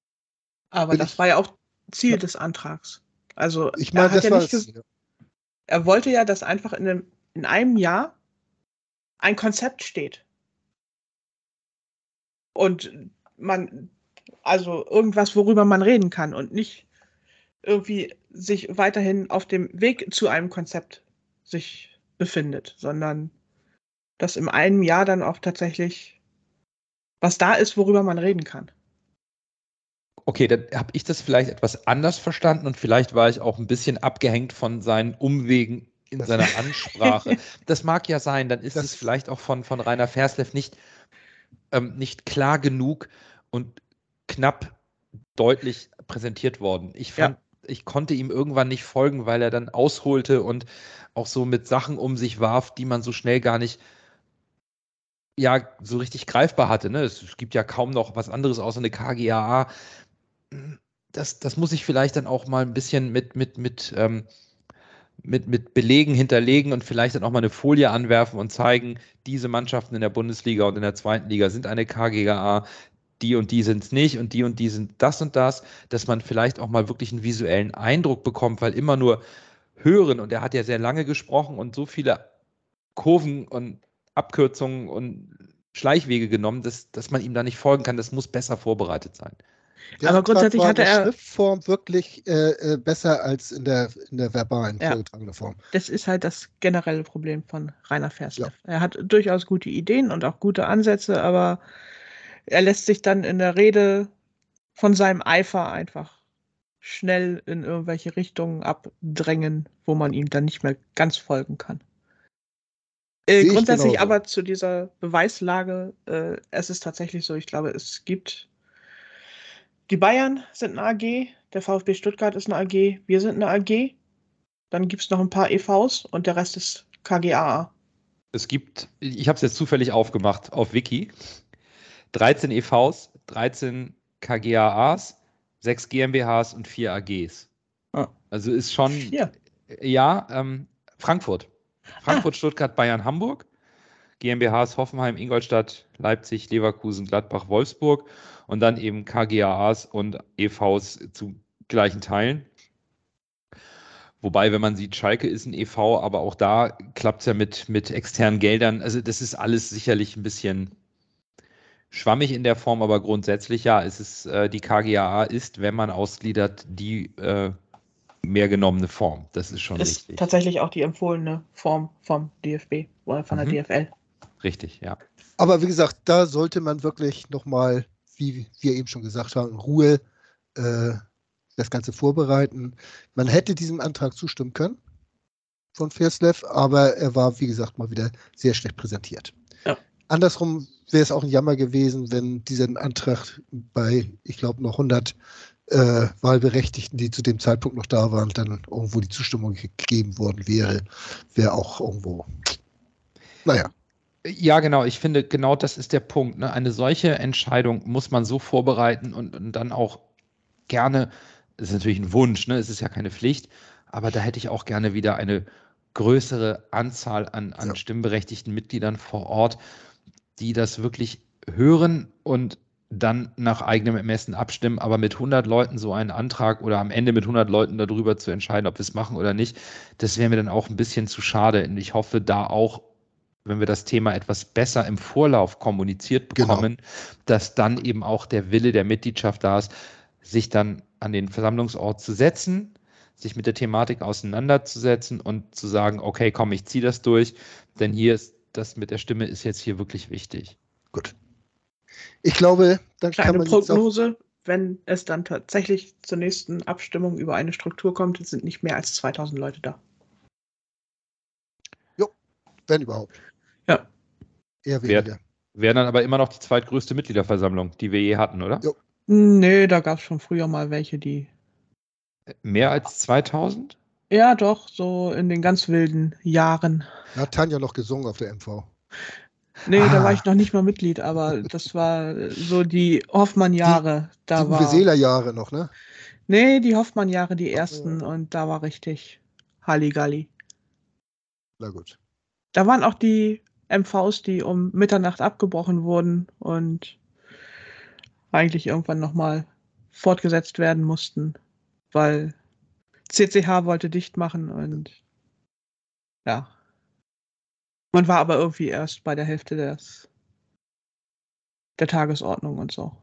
Speaker 3: Aber
Speaker 4: Will
Speaker 3: das
Speaker 4: ich-
Speaker 3: war ja auch Ziel
Speaker 4: Ja.
Speaker 3: des Antrags. Also
Speaker 4: Ich meine,
Speaker 3: er hat
Speaker 4: das
Speaker 3: ja
Speaker 4: war
Speaker 3: nicht er wollte ja, dass einfach in einem Jahr ein Konzept steht. Und also irgendwas, worüber man reden kann und nicht irgendwie sich weiterhin auf dem Weg zu einem Konzept sich befindet, sondern dass in einem Jahr dann auch tatsächlich was da ist, worüber man reden kann.
Speaker 5: Okay, dann habe ich das vielleicht etwas anders verstanden und vielleicht war ich auch ein bisschen abgehängt von seinen Umwegen in seiner Ansprache. Das mag ja sein, dann ist es vielleicht auch von Rainer Verslev nicht klar genug und knapp deutlich präsentiert worden. Ich fand ich konnte ihm irgendwann nicht folgen, weil er dann ausholte und auch so mit Sachen um sich warf, die man so schnell gar nicht so richtig greifbar hatte. Ne? Es gibt ja kaum noch was anderes außer eine KGaA. Das muss ich vielleicht dann auch mal ein bisschen mit Belegen hinterlegen und vielleicht dann auch mal eine Folie anwerfen und zeigen, diese Mannschaften in der Bundesliga und in der zweiten Liga sind eine KGaA, die und die sind es nicht und die sind das und das, dass man vielleicht auch mal wirklich einen visuellen Eindruck bekommt, weil immer nur hören, und er hat ja sehr lange gesprochen und so viele Kurven und Abkürzungen und Schleichwege genommen, dass man ihm da nicht folgen kann. Das muss besser vorbereitet sein.
Speaker 4: Der
Speaker 3: Aber
Speaker 4: Antrag
Speaker 3: grundsätzlich
Speaker 4: war
Speaker 3: hatte
Speaker 4: in der
Speaker 3: er-
Speaker 4: Schriftform wirklich besser als in der verbalen
Speaker 3: Ja.
Speaker 4: vorgetragenen Form.
Speaker 3: Das ist halt das generelle Problem von Rainer Fersleff. Er hat durchaus gute Ideen und auch gute Ansätze, aber er lässt sich dann in der Rede von seinem Eifer einfach schnell in irgendwelche Richtungen abdrängen, wo man ihm dann nicht mehr ganz folgen kann.
Speaker 4: Sehe ich
Speaker 3: Grundsätzlich
Speaker 4: genauso.
Speaker 3: aber zu dieser Beweislage, es ist tatsächlich so, ich glaube, es gibt die Bayern sind eine AG, der VfB Stuttgart ist eine AG, wir sind eine AG, dann gibt es noch ein paar EVs und der Rest ist KGaA.
Speaker 5: Es gibt, ich habe es jetzt zufällig aufgemacht auf Wiki, 13 EVs, 13 KGaAs, 6 GmbHs und 4 AGs.
Speaker 3: Ah.
Speaker 5: Also ist schon,
Speaker 3: 4.
Speaker 5: Frankfurt. Frankfurt, Stuttgart, Bayern, Hamburg. GmbHs Hoffenheim, Ingolstadt, Leipzig, Leverkusen, Gladbach, Wolfsburg und dann eben KGaAs und EVs zu gleichen Teilen. Wobei, wenn man sieht, Schalke ist ein EV, aber auch da klappt es ja mit externen Geldern. Also das ist alles sicherlich ein bisschen schwammig in der Form, aber grundsätzlich ja, die KGaA ist, wenn man ausgliedert, die mehr genommene Form. Das ist schon
Speaker 3: Ist
Speaker 5: richtig.
Speaker 3: tatsächlich auch die empfohlene Form vom DFB oder von der DFL.
Speaker 5: Richtig, ja.
Speaker 4: Aber wie gesagt, da sollte man wirklich nochmal, wie wir eben schon gesagt haben, in Ruhe das Ganze vorbereiten. Man hätte diesem Antrag zustimmen können von Fersleff, aber er war, wie gesagt, mal wieder sehr schlecht präsentiert.
Speaker 3: Ja.
Speaker 4: Andersrum wäre es auch ein Jammer gewesen, wenn dieser Antrag bei, ich glaube, noch 100 Wahlberechtigten, die zu dem Zeitpunkt noch da waren, dann irgendwo die Zustimmung gegeben worden wäre. Wäre auch irgendwo, naja.
Speaker 5: Ja, genau. Ich finde, genau das ist der Punkt. Ne? Eine solche Entscheidung muss man so vorbereiten und dann auch gerne, das ist natürlich ein Wunsch, ne? Es ist ja keine Pflicht, aber da hätte ich auch gerne wieder eine größere Anzahl an stimmberechtigten Mitgliedern vor Ort, die das wirklich hören und dann nach eigenem Ermessen abstimmen, aber mit 100 Leuten so einen Antrag oder am Ende mit 100 Leuten darüber zu entscheiden, ob wir es machen oder nicht, das wäre mir dann auch ein bisschen zu schade. Und ich hoffe da auch, wenn wir das Thema etwas besser im Vorlauf kommuniziert bekommen, dass dann eben auch der Wille der Mitgliedschaft da ist, sich dann an den Versammlungsort zu setzen, sich mit der Thematik auseinanderzusetzen und zu sagen, okay, komm, ich ziehe das durch, denn hier ist das mit der Stimme ist jetzt hier wirklich wichtig.
Speaker 4: Gut. Ich glaube, dann kann
Speaker 3: Kleine
Speaker 4: man jetzt auch,
Speaker 3: Prognose, wenn es dann tatsächlich zur nächsten Abstimmung über eine Struktur kommt, sind nicht mehr als 2000 Leute da.
Speaker 4: wenn überhaupt.
Speaker 3: Ja.
Speaker 4: Eher weniger.
Speaker 5: Wäre dann aber immer noch die zweitgrößte Mitgliederversammlung, die wir je hatten, oder?
Speaker 4: Jo.
Speaker 3: Nee, da gab es schon früher mal welche, die.
Speaker 5: Mehr als 2000?
Speaker 3: Ja, doch, so in den ganz wilden Jahren.
Speaker 4: Da hat Tanja noch gesungen auf der MV.
Speaker 3: Nee, da war ich noch nicht mal Mitglied, aber das war so die Hoffmann-Jahre.
Speaker 4: Die Uwe Seeler-Jahre noch, ne?
Speaker 3: Nee, die Hoffmann-Jahre, die ersten, und da war richtig Halligalli.
Speaker 4: Na gut.
Speaker 3: Da waren auch die MVs, die um Mitternacht abgebrochen wurden und eigentlich irgendwann nochmal fortgesetzt werden mussten, weil CCH wollte dicht machen und ja. Man war aber irgendwie erst bei der Hälfte der Tagesordnung und so.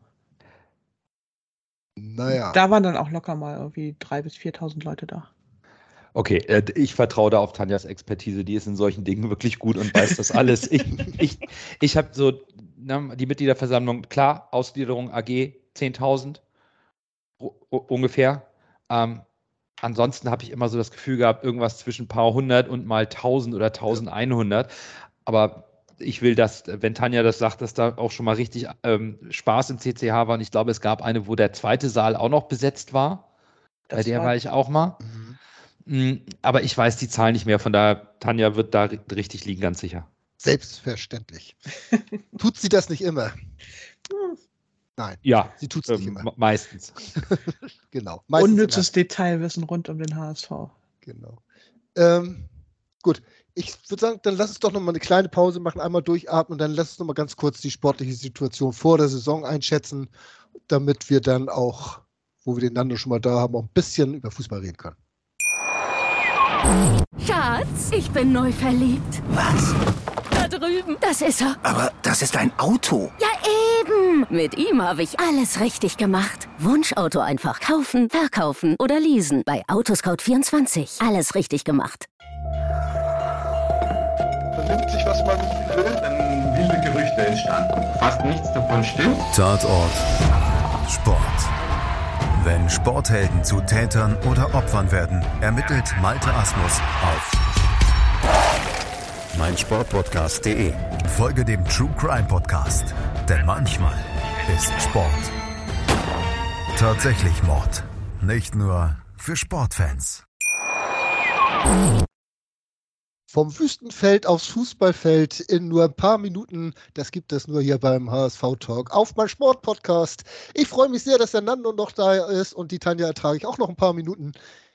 Speaker 4: Naja.
Speaker 3: Da waren dann auch locker mal irgendwie 3.000 bis 4.000 Leute da.
Speaker 5: Okay, ich vertraue da auf Tanjas Expertise, die ist in solchen Dingen wirklich gut und weiß das alles. Ich habe so die Mitgliederversammlung, klar, Ausgliederung AG 10.000 ungefähr. Ansonsten habe ich immer so das Gefühl gehabt, irgendwas zwischen ein paar hundert und mal 1.000 oder 1.100. Aber ich will, dass, wenn Tanja das sagt, dass da auch schon mal richtig Spaß im CCH war. Und ich glaube, es gab eine, wo der zweite Saal auch noch besetzt war. Bei der war ich auch mal. Aber ich weiß die Zahl nicht mehr, von daher, Tanja wird da richtig liegen, ganz sicher.
Speaker 4: Selbstverständlich. Tut sie das nicht immer? Nein,
Speaker 5: ja,
Speaker 4: sie tut es nicht immer.
Speaker 5: Meistens.
Speaker 4: Genau.
Speaker 3: Unnützes Detailwissen rund um den HSV.
Speaker 4: Genau. Gut, ich würde sagen, dann lass uns doch nochmal eine kleine Pause machen, einmal durchatmen und dann lass uns nochmal ganz kurz die sportliche Situation vor der Saison einschätzen, damit wir dann auch, wo wir den Nando schon mal da haben, auch ein bisschen über Fußball reden können.
Speaker 2: Schatz, ich bin neu verliebt.
Speaker 6: Was?
Speaker 2: Da drüben. Das ist er.
Speaker 6: Aber das ist ein Auto.
Speaker 2: Ja, eben. Mit ihm habe ich alles richtig gemacht. Wunschauto einfach kaufen, verkaufen oder leasen. Bei Autoscout24. Alles richtig gemacht.
Speaker 8: Vernimmt sich, was man will, dann wilde Gerüchte entstanden. Fast nichts davon stimmt.
Speaker 1: Tatort Sport. Wenn Sporthelden zu Tätern oder Opfern werden, ermittelt Malte Asmus auf meinsportpodcast.de. Folge dem True Crime Podcast, denn manchmal ist Sport tatsächlich Mord. Nicht nur für Sportfans.
Speaker 4: Vom Wüstenfeld aufs Fußballfeld in nur ein paar Minuten, das gibt es nur hier beim HSV-Talk auf mein Sport-Podcast. Ich freue mich sehr, dass der Nando noch da ist und die Tanja ertrage ich auch noch ein paar Minuten.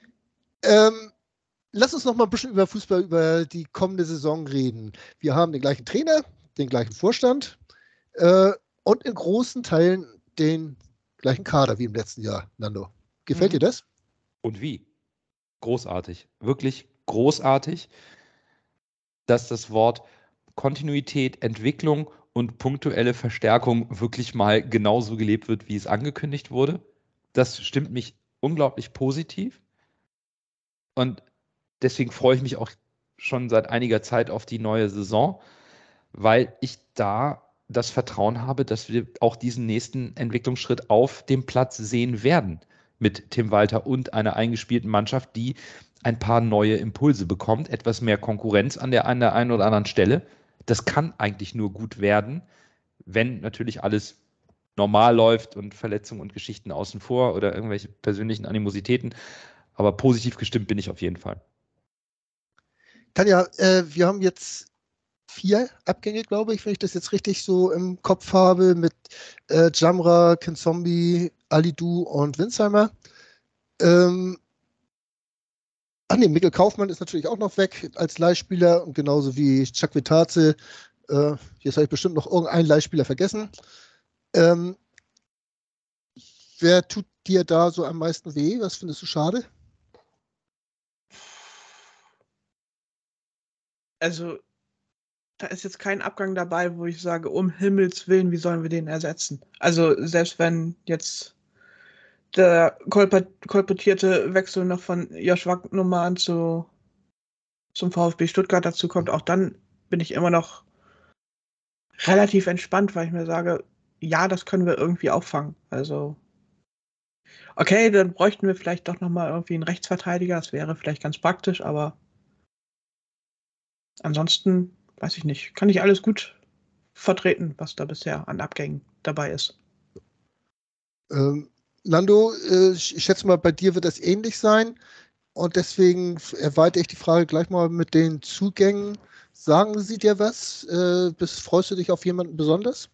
Speaker 4: Lass uns noch mal ein bisschen über Fußball, über die kommende Saison reden. Wir haben den gleichen Trainer, den gleichen Vorstand und in großen Teilen den gleichen Kader wie im letzten Jahr, Nando. Gefällt dir das?
Speaker 5: Und wie? Großartig. Wirklich großartig, dass das Wort Kontinuität, Entwicklung und punktuelle Verstärkung wirklich mal genauso gelebt wird, wie es angekündigt wurde. Das stimmt mich unglaublich positiv. Und deswegen freue ich mich auch schon seit einiger Zeit auf die neue Saison, weil ich da das Vertrauen habe, dass wir auch diesen nächsten Entwicklungsschritt auf dem Platz sehen werden mit Tim Walter und einer eingespielten Mannschaft, die ein paar neue Impulse bekommt, etwas mehr Konkurrenz an der einen oder anderen Stelle. Das kann eigentlich nur gut werden, wenn natürlich alles normal läuft und Verletzungen und Geschichten außen vor oder irgendwelche persönlichen Animositäten. Aber positiv gestimmt bin ich auf jeden Fall.
Speaker 4: Tanja, wir haben jetzt 4 Abgänge, glaube ich, wenn ich das jetzt richtig so im Kopf habe, mit Jamra, Kenzombi, Alidu und Winsheimer. Mikkel Kaufmann ist natürlich auch noch weg als Leihspieler und genauso wie Chakwitaze. Jetzt habe ich bestimmt noch irgendeinen Leihspieler vergessen. Wer tut dir da so am meisten weh? Was findest du schade?
Speaker 3: Also, da ist jetzt kein Abgang dabei, wo ich sage, um Himmels Willen, wie sollen wir den ersetzen? Also, selbst wenn jetzt der kolportierte Wechsel noch von Josh Wagnumann zum VfB Stuttgart dazu kommt, auch dann bin ich immer noch relativ entspannt, weil ich mir sage, ja, das können wir irgendwie auffangen. Also, okay, dann bräuchten wir vielleicht doch nochmal irgendwie einen Rechtsverteidiger, das wäre vielleicht ganz praktisch, aber ansonsten, weiß ich nicht, kann ich alles gut vertreten, was da bisher an Abgängen dabei ist.
Speaker 4: Nando, ich schätze mal, bei dir wird das ähnlich sein und deswegen erweitere ich die Frage gleich mal mit den Zugängen. Sagen sie dir was? Freust du dich auf jemanden besonders?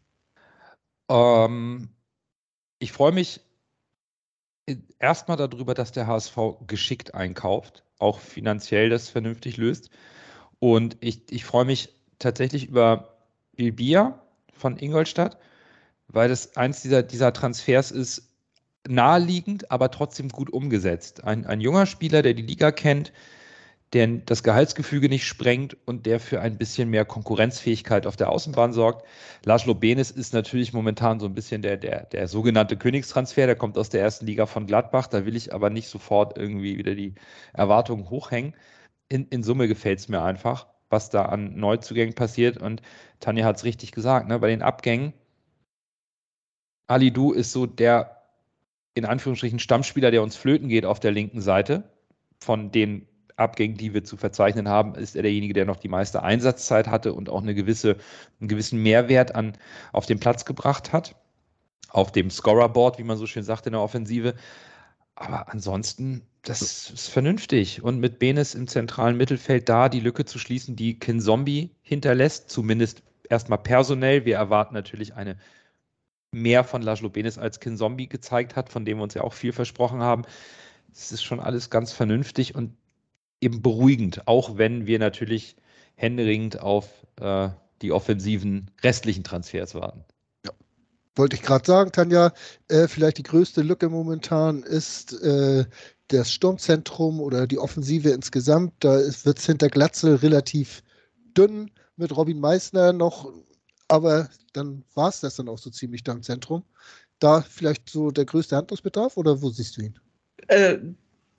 Speaker 5: Ich freue mich erstmal darüber, dass der HSV geschickt einkauft, auch finanziell das vernünftig löst. Und ich freue mich tatsächlich über Bilbia von Ingolstadt, weil das eins dieser Transfers ist, naheliegend, aber trotzdem gut umgesetzt. Ein junger Spieler, der die Liga kennt, der das Gehaltsgefüge nicht sprengt und der für ein bisschen mehr Konkurrenzfähigkeit auf der Außenbahn sorgt. Laszlo Benes ist natürlich momentan so ein bisschen der sogenannte Königstransfer, der kommt aus der ersten Liga von Gladbach, da will ich aber nicht sofort irgendwie wieder die Erwartungen hochhängen. In Summe gefällt es mir einfach, was da an Neuzugängen passiert und Tanja hat es richtig gesagt, ne? Bei den Abgängen, Alidu ist so der in Anführungsstrichen Stammspieler, der uns flöten geht auf der linken Seite. Von den Abgängen, die wir zu verzeichnen haben, ist er derjenige, der noch die meiste Einsatzzeit hatte und auch einen gewissen Mehrwert auf den Platz gebracht hat. Auf dem Scorerboard, wie man so schön sagt in der Offensive. Aber ansonsten, das ist vernünftig. Und mit Benes im zentralen Mittelfeld da die Lücke zu schließen, die Kinzombie hinterlässt, zumindest erstmal personell. Wir erwarten natürlich eine mehr von Laszlo Benes als Kinzombie gezeigt hat, von dem wir uns ja auch viel versprochen haben. Das ist schon alles ganz vernünftig und eben beruhigend, auch wenn wir natürlich händeringend auf die offensiven restlichen Transfers warten.
Speaker 4: Wollte ich gerade sagen, Tanja, vielleicht die größte Lücke momentan ist das Sturmzentrum oder die Offensive insgesamt. Da wird es hinter Glatzel relativ dünn mit Robin Meissner noch, aber dann war es das dann auch so ziemlich da im Zentrum. Da vielleicht so der größte Handlungsbedarf oder wo siehst du ihn?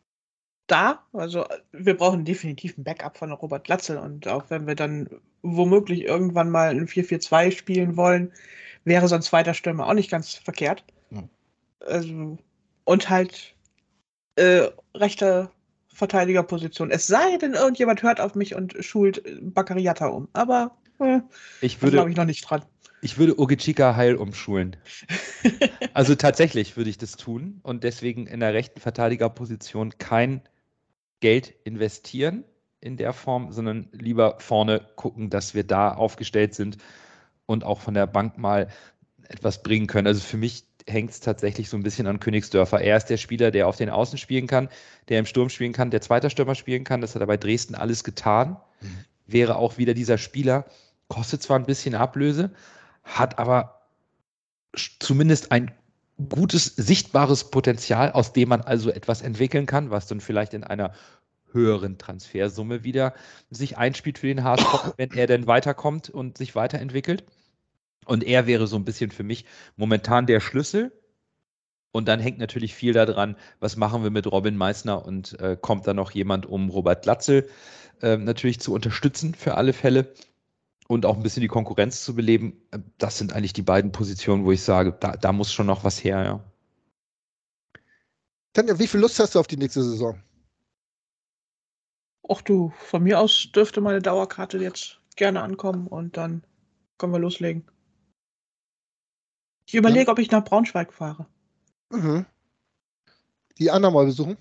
Speaker 3: Also wir brauchen definitiv ein Backup von Robert Glatzel und auch wenn wir dann womöglich irgendwann mal ein 4-4-2 spielen wollen, wäre so ein zweiter Stürmer auch nicht ganz verkehrt.
Speaker 4: Ja.
Speaker 3: Also, und halt rechte Verteidigerposition. Es sei denn, irgendjemand hört auf mich und schult Bakariata um. Aber da glaube ich noch nicht dran.
Speaker 5: Ich würde Ogechika heil umschulen. Also tatsächlich würde ich das tun und deswegen in der rechten Verteidigerposition kein Geld investieren in der Form, sondern lieber vorne gucken, dass wir da aufgestellt sind und auch von der Bank mal etwas bringen können. Also für mich hängt es tatsächlich so ein bisschen an Königsdörfer. Er ist der Spieler, der auf den Außen spielen kann, der im Sturm spielen kann, der zweiter Stürmer spielen kann. Das hat er bei Dresden alles getan. Wäre auch wieder dieser Spieler, kostet zwar ein bisschen Ablöse, hat aber zumindest ein gutes, sichtbares Potenzial, aus dem man also etwas entwickeln kann, was dann vielleicht in einer höheren Transfersumme wieder sich einspielt für den HSV, wenn er denn weiterkommt und sich weiterentwickelt. Und er wäre so ein bisschen für mich momentan der Schlüssel. Und dann hängt natürlich viel daran, was machen wir mit Robin Meissner und kommt da noch jemand, um Robert Glatzel natürlich zu unterstützen für alle Fälle und auch ein bisschen die Konkurrenz zu beleben. Das sind eigentlich die beiden Positionen, wo ich sage, da muss schon noch was her, ja.
Speaker 4: Tanja, wie viel Lust hast du auf die nächste Saison?
Speaker 3: Ach du, von mir aus dürfte meine Dauerkarte jetzt gerne ankommen und dann können wir loslegen. Ich überlege, ob ich nach Braunschweig fahre.
Speaker 4: Mhm. Die Anna mal besuchen?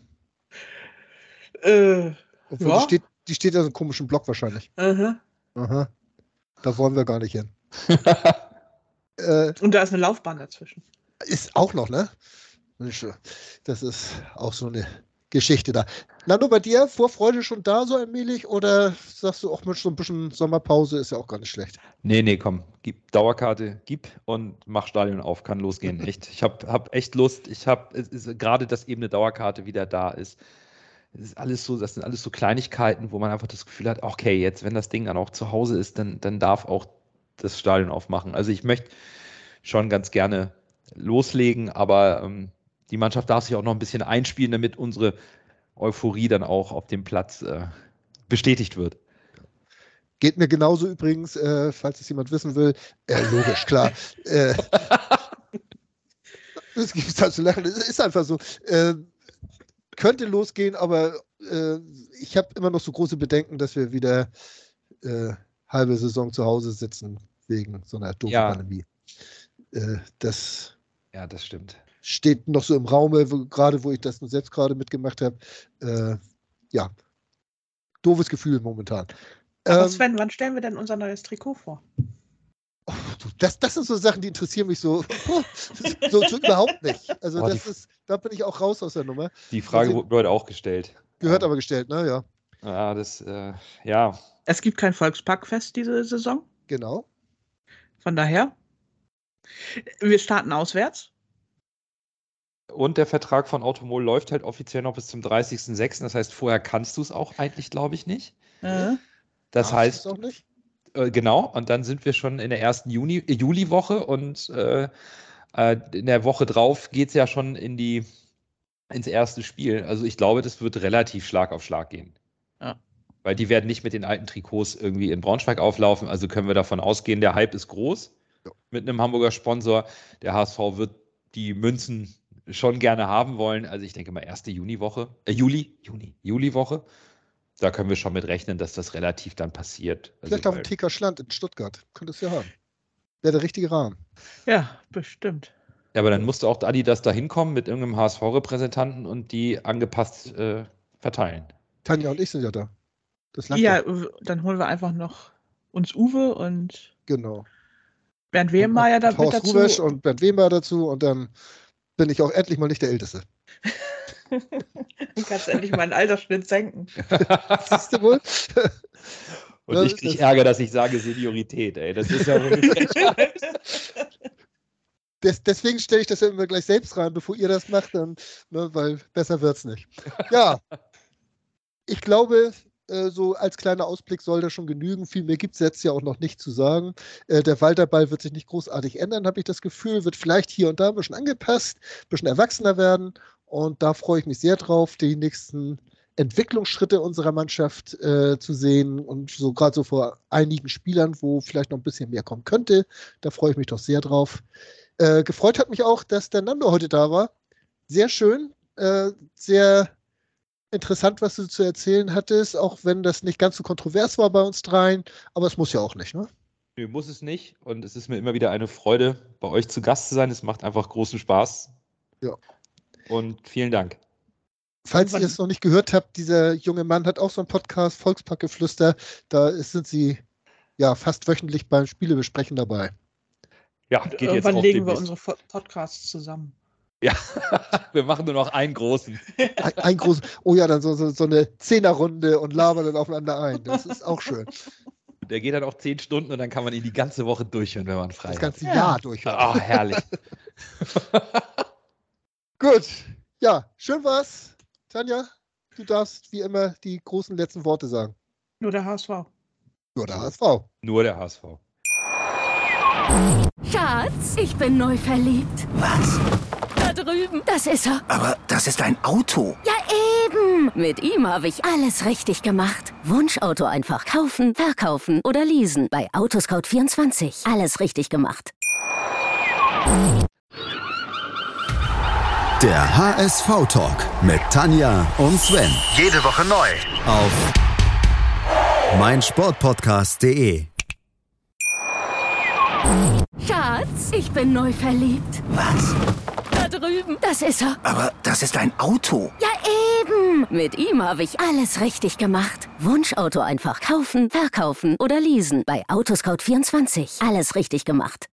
Speaker 4: Obwohl
Speaker 3: Ja.
Speaker 4: die steht ja so einem komischen Block wahrscheinlich.
Speaker 3: Aha.
Speaker 4: Da wollen wir gar nicht hin.
Speaker 3: Und da ist eine Laufbahn dazwischen.
Speaker 4: Ist auch noch, ne? Das ist auch so eine Geschichte da. Nando, bei dir Vorfreude schon da so allmählich oder sagst du auch mit so ein bisschen Sommerpause ist ja auch gar nicht schlecht?
Speaker 5: Nee, komm, gib Dauerkarte, gib und mach Stadion auf, kann losgehen, echt. Ich hab echt Lust, gerade, dass eben eine Dauerkarte wieder da ist. Das sind alles so Kleinigkeiten, wo man einfach das Gefühl hat, okay, jetzt, wenn das Ding dann auch zu Hause ist, dann darf auch das Stadion aufmachen. Also ich möchte schon ganz gerne loslegen, aber die Mannschaft darf sich auch noch ein bisschen einspielen, damit unsere Euphorie dann auch auf dem Platz bestätigt wird.
Speaker 4: Geht mir genauso übrigens, falls es jemand wissen will. Logisch, klar. Das gibt es halt zu lachen. Es ist einfach so. Könnte losgehen, aber ich habe immer noch so große Bedenken, dass wir wieder halbe Saison zu Hause sitzen wegen so einer doofen Pandemie. Das
Speaker 5: stimmt.
Speaker 4: Steht noch so im Raume, gerade wo ich das selbst gerade mitgemacht habe. Doofes Gefühl momentan.
Speaker 3: Aber Sven, wann stellen wir denn unser neues Trikot vor?
Speaker 4: Das sind so Sachen, die interessieren mich so überhaupt nicht. Also da bin ich auch raus aus der Nummer.
Speaker 5: Die Frage wurde heute auch gestellt.
Speaker 4: Gehört aber gestellt, ne? Ja.
Speaker 5: Ja,
Speaker 3: Es gibt kein Volksparkfest diese Saison.
Speaker 4: Genau.
Speaker 3: Von daher, wir starten auswärts.
Speaker 5: Und der Vertrag von Automol läuft halt offiziell noch bis zum 30.06. Das heißt, vorher kannst du es auch eigentlich, glaube ich, nicht. Das heißt,
Speaker 4: auch nicht?
Speaker 5: Genau, und dann sind wir schon in der ersten Juliwoche und in der Woche drauf geht es ja schon ins erste Spiel. Also ich glaube, das wird relativ Schlag auf Schlag gehen.
Speaker 3: Ja.
Speaker 5: Weil die werden nicht mit den alten Trikots irgendwie in Braunschweig auflaufen. Also können wir davon ausgehen, der Hype ist groß mit einem Hamburger Sponsor. Der HSV wird die Münzen schon gerne haben wollen. Also ich denke mal erste Juliwoche. Da können wir schon mit rechnen, dass das relativ dann passiert.
Speaker 4: Vielleicht auf dem TK Schland in Stuttgart. Könntest du ja haben. Wäre der richtige Rahmen.
Speaker 3: Ja, bestimmt.
Speaker 5: Ja, aber dann musste auch Adidas da hinkommen mit irgendeinem HSV-Repräsentanten und die angepasst verteilen.
Speaker 4: Tanja und ich sind ja da. Das langt
Speaker 3: Ja,
Speaker 4: doch.
Speaker 3: dann holen wir einfach noch uns Uwe und
Speaker 4: Genau.
Speaker 3: Bernd Wehmeyer da mit
Speaker 4: Horst
Speaker 3: dazu.
Speaker 4: Rubesch und Bernd Wehmeyer dazu und dann bin ich auch endlich mal nicht der Älteste.
Speaker 3: Du kannst endlich mal einen Altersschnitt senken.
Speaker 4: Siehst du wohl?
Speaker 5: Und
Speaker 4: Ja,
Speaker 5: ich kriege Ärger, dass ich sage Seniorität, ey. Das ist ja wohl nicht recht.
Speaker 4: Deswegen stelle ich das ja immer gleich selbst rein, bevor ihr das macht, dann, ne, weil besser wird's nicht. Ja, ich glaube, so als kleiner Ausblick soll das schon genügen. Viel mehr gibt es jetzt ja auch noch nicht zu sagen. Der Walterball wird sich nicht großartig ändern, habe ich das Gefühl. Wird vielleicht hier und da ein bisschen angepasst, ein bisschen erwachsener werden. Und da freue ich mich sehr drauf, die nächsten Entwicklungsschritte unserer Mannschaft zu sehen. Und so gerade so vor einigen Spielern, wo vielleicht noch ein bisschen mehr kommen könnte. Da freue ich mich doch sehr drauf. Gefreut hat mich auch, dass der Nando heute da war. Sehr schön, sehr interessant, was du zu erzählen hattest, auch wenn das nicht ganz so kontrovers war bei uns dreien, aber es muss ja auch nicht, ne?
Speaker 5: Nö, muss es nicht. Und es ist mir immer wieder eine Freude, bei euch zu Gast zu sein. Es macht einfach großen Spaß.
Speaker 4: Ja.
Speaker 5: Und vielen Dank.
Speaker 4: Falls ihr es noch nicht gehört habt, dieser junge Mann hat auch so einen Podcast, Volksparkgeflüster. Da sind sie ja fast wöchentlich beim Spielebesprechen dabei.
Speaker 5: Ja, geht jetzt
Speaker 3: Irgendwann
Speaker 5: auch
Speaker 3: legen wir
Speaker 5: demnächst.
Speaker 3: unsere Podcasts zusammen.
Speaker 5: Ja, wir machen nur noch einen großen.
Speaker 4: Ein großes, oh ja, dann so eine Zehnerrunde und labern dann aufeinander ein. Das ist auch schön.
Speaker 5: Der geht dann auch 10 Stunden und dann kann man ihn die ganze Woche durchhören, wenn man frei
Speaker 4: Das
Speaker 5: hat.
Speaker 4: ganze Jahr durchhören.
Speaker 5: Ah, herrlich.
Speaker 4: Gut, ja, schön war's. Tanja, du darfst wie immer die großen letzten Worte sagen.
Speaker 3: Nur der HSV.
Speaker 4: Nur der HSV.
Speaker 5: Nur der HSV.
Speaker 2: Schatz, ich bin neu verliebt.
Speaker 6: Was?
Speaker 2: Da drüben. Das ist er.
Speaker 6: Aber das ist ein Auto.
Speaker 2: Ja, eben. Mit ihm habe ich alles richtig gemacht. Wunschauto einfach kaufen, verkaufen oder leasen. Bei Autoscout24. Alles richtig gemacht.
Speaker 1: Der HSV-Talk mit Tanja und Sven.
Speaker 6: Jede Woche neu.
Speaker 1: Auf meinsportpodcast.de.
Speaker 2: Schatz, ich bin neu verliebt.
Speaker 6: Was?
Speaker 2: Da drüben. Das ist er.
Speaker 6: Aber das ist ein Auto.
Speaker 2: Ja, eben. Mit ihm habe ich alles richtig gemacht. Wunschauto einfach kaufen, verkaufen oder leasen. Bei Autoscout24. Alles richtig gemacht.